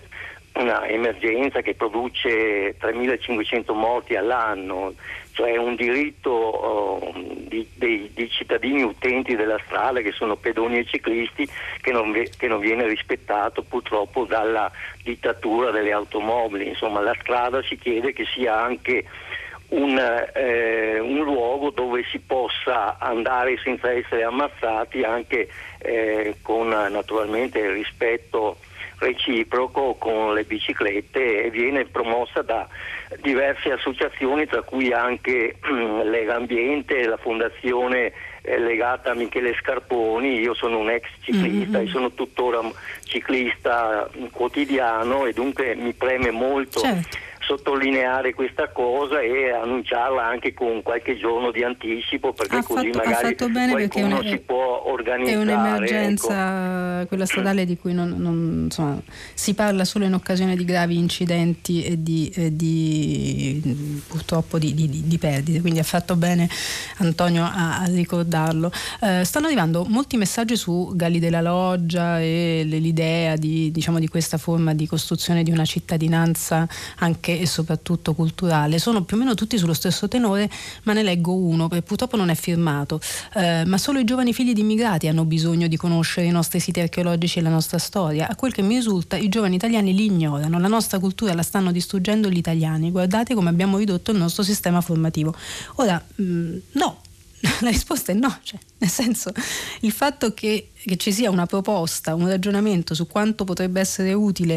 una emergenza che produce 3.500 morti all'anno, cioè un diritto dei cittadini utenti della strada, che sono pedoni e ciclisti, che non viene rispettato purtroppo dalla dittatura delle automobili. Insomma, la strada si chiede che sia anche un luogo dove si possa andare senza essere ammazzati, anche con naturalmente il rispetto reciproco con le biciclette, e viene promossa da diverse associazioni, tra cui anche Lega Ambiente, la fondazione legata a Michele Scarponi. Io sono un ex ciclista e sono tuttora ciclista quotidiano, e dunque mi preme molto sottolineare questa cosa e annunciarla anche con qualche giorno di anticipo, perché così magari qualcuno si può organizzare. È un'emergenza, quella stradale, di cui non insomma, si parla solo in occasione di gravi incidenti e purtroppo di perdite, quindi ha fatto bene Antonio a ricordarlo. Stanno arrivando molti messaggi su Galli della Loggia e l'idea di questa forma di costruzione di una cittadinanza anche e soprattutto culturale. Sono più o meno tutti sullo stesso tenore, ma ne leggo uno, perché purtroppo non è firmato. Ma solo i giovani figli di immigrati hanno bisogno di conoscere i nostri siti archeologici e la nostra storia. A quel che mi risulta, i giovani italiani li ignorano, la nostra cultura la stanno distruggendo gli italiani. Guardate come abbiamo ridotto il nostro sistema formativo. Ora, no, la risposta è no, nel senso, il fatto che ci sia una proposta, un ragionamento su quanto potrebbe essere utile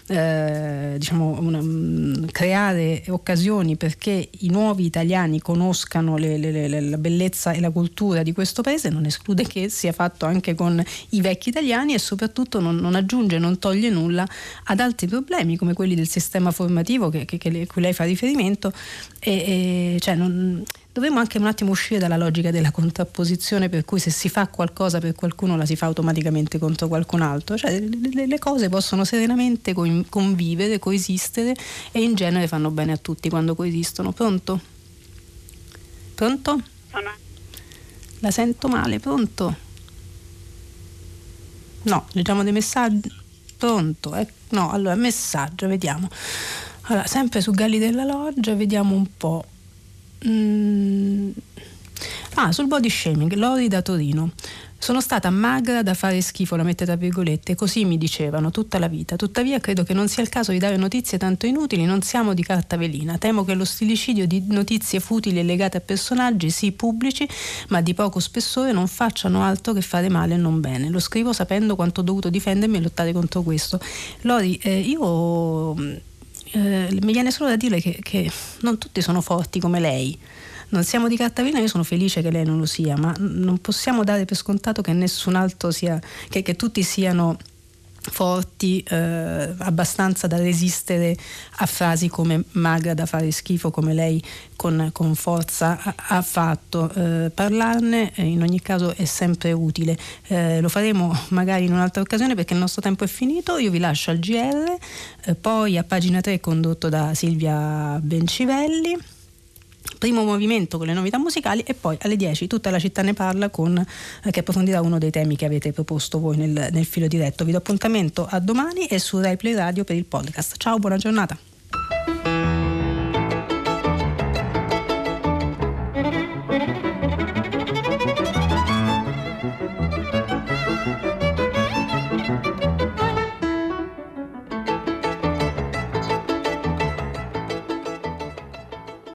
creare occasioni perché i nuovi italiani conoscano la bellezza e la cultura di questo paese, non esclude che sia fatto anche con i vecchi italiani, e soprattutto non aggiunge, non toglie nulla ad altri problemi come quelli del sistema formativo cui lei fa riferimento, dovremmo anche un attimo uscire dalla logica della contrapposizione, per cui se si fa qualcosa per qualcuno la si fa automaticamente contro qualcun altro. Le cose possono serenamente convivere, coesistere, e in genere fanno bene a tutti quando coesistono. Pronto? La sento male. Pronto? No, leggiamo dei messaggi. Pronto? No, allora messaggio, vediamo. Allora, sempre su Galli della Loggia, vediamo un po'. Sul body shaming, Lori da Torino. Sono stata magra da fare schifo, la mette tra virgolette, così mi dicevano tutta la vita. Tuttavia credo che non sia il caso di dare notizie tanto inutili, non siamo di carta velina. Temo che lo stillicidio di notizie futili e legate a personaggi, sì pubblici, ma di poco spessore, non facciano altro che fare male e non bene. Lo scrivo sapendo quanto ho dovuto difendermi e lottare contro questo. Lori, mi viene solo da dire che non tutti sono forti come lei. Non siamo di carta velina, io sono felice che lei non lo sia, ma non possiamo dare per scontato che nessun altro sia, che tutti siano forti abbastanza da resistere a frasi come magra da fare schifo, come lei con forza ha fatto. Parlarne in ogni caso è sempre utile. Lo faremo magari in un'altra occasione, perché il nostro tempo è finito. Io vi lascio al GR, poi a Pagina 3 condotto da Silvia Bencivelli, primo movimento con le novità musicali, e poi alle 10 Tutta la città ne parla, che approfondirà uno dei temi che avete proposto voi nel filo diretto. Vi do appuntamento a domani e su Rai Play Radio per il podcast. Ciao, buona giornata.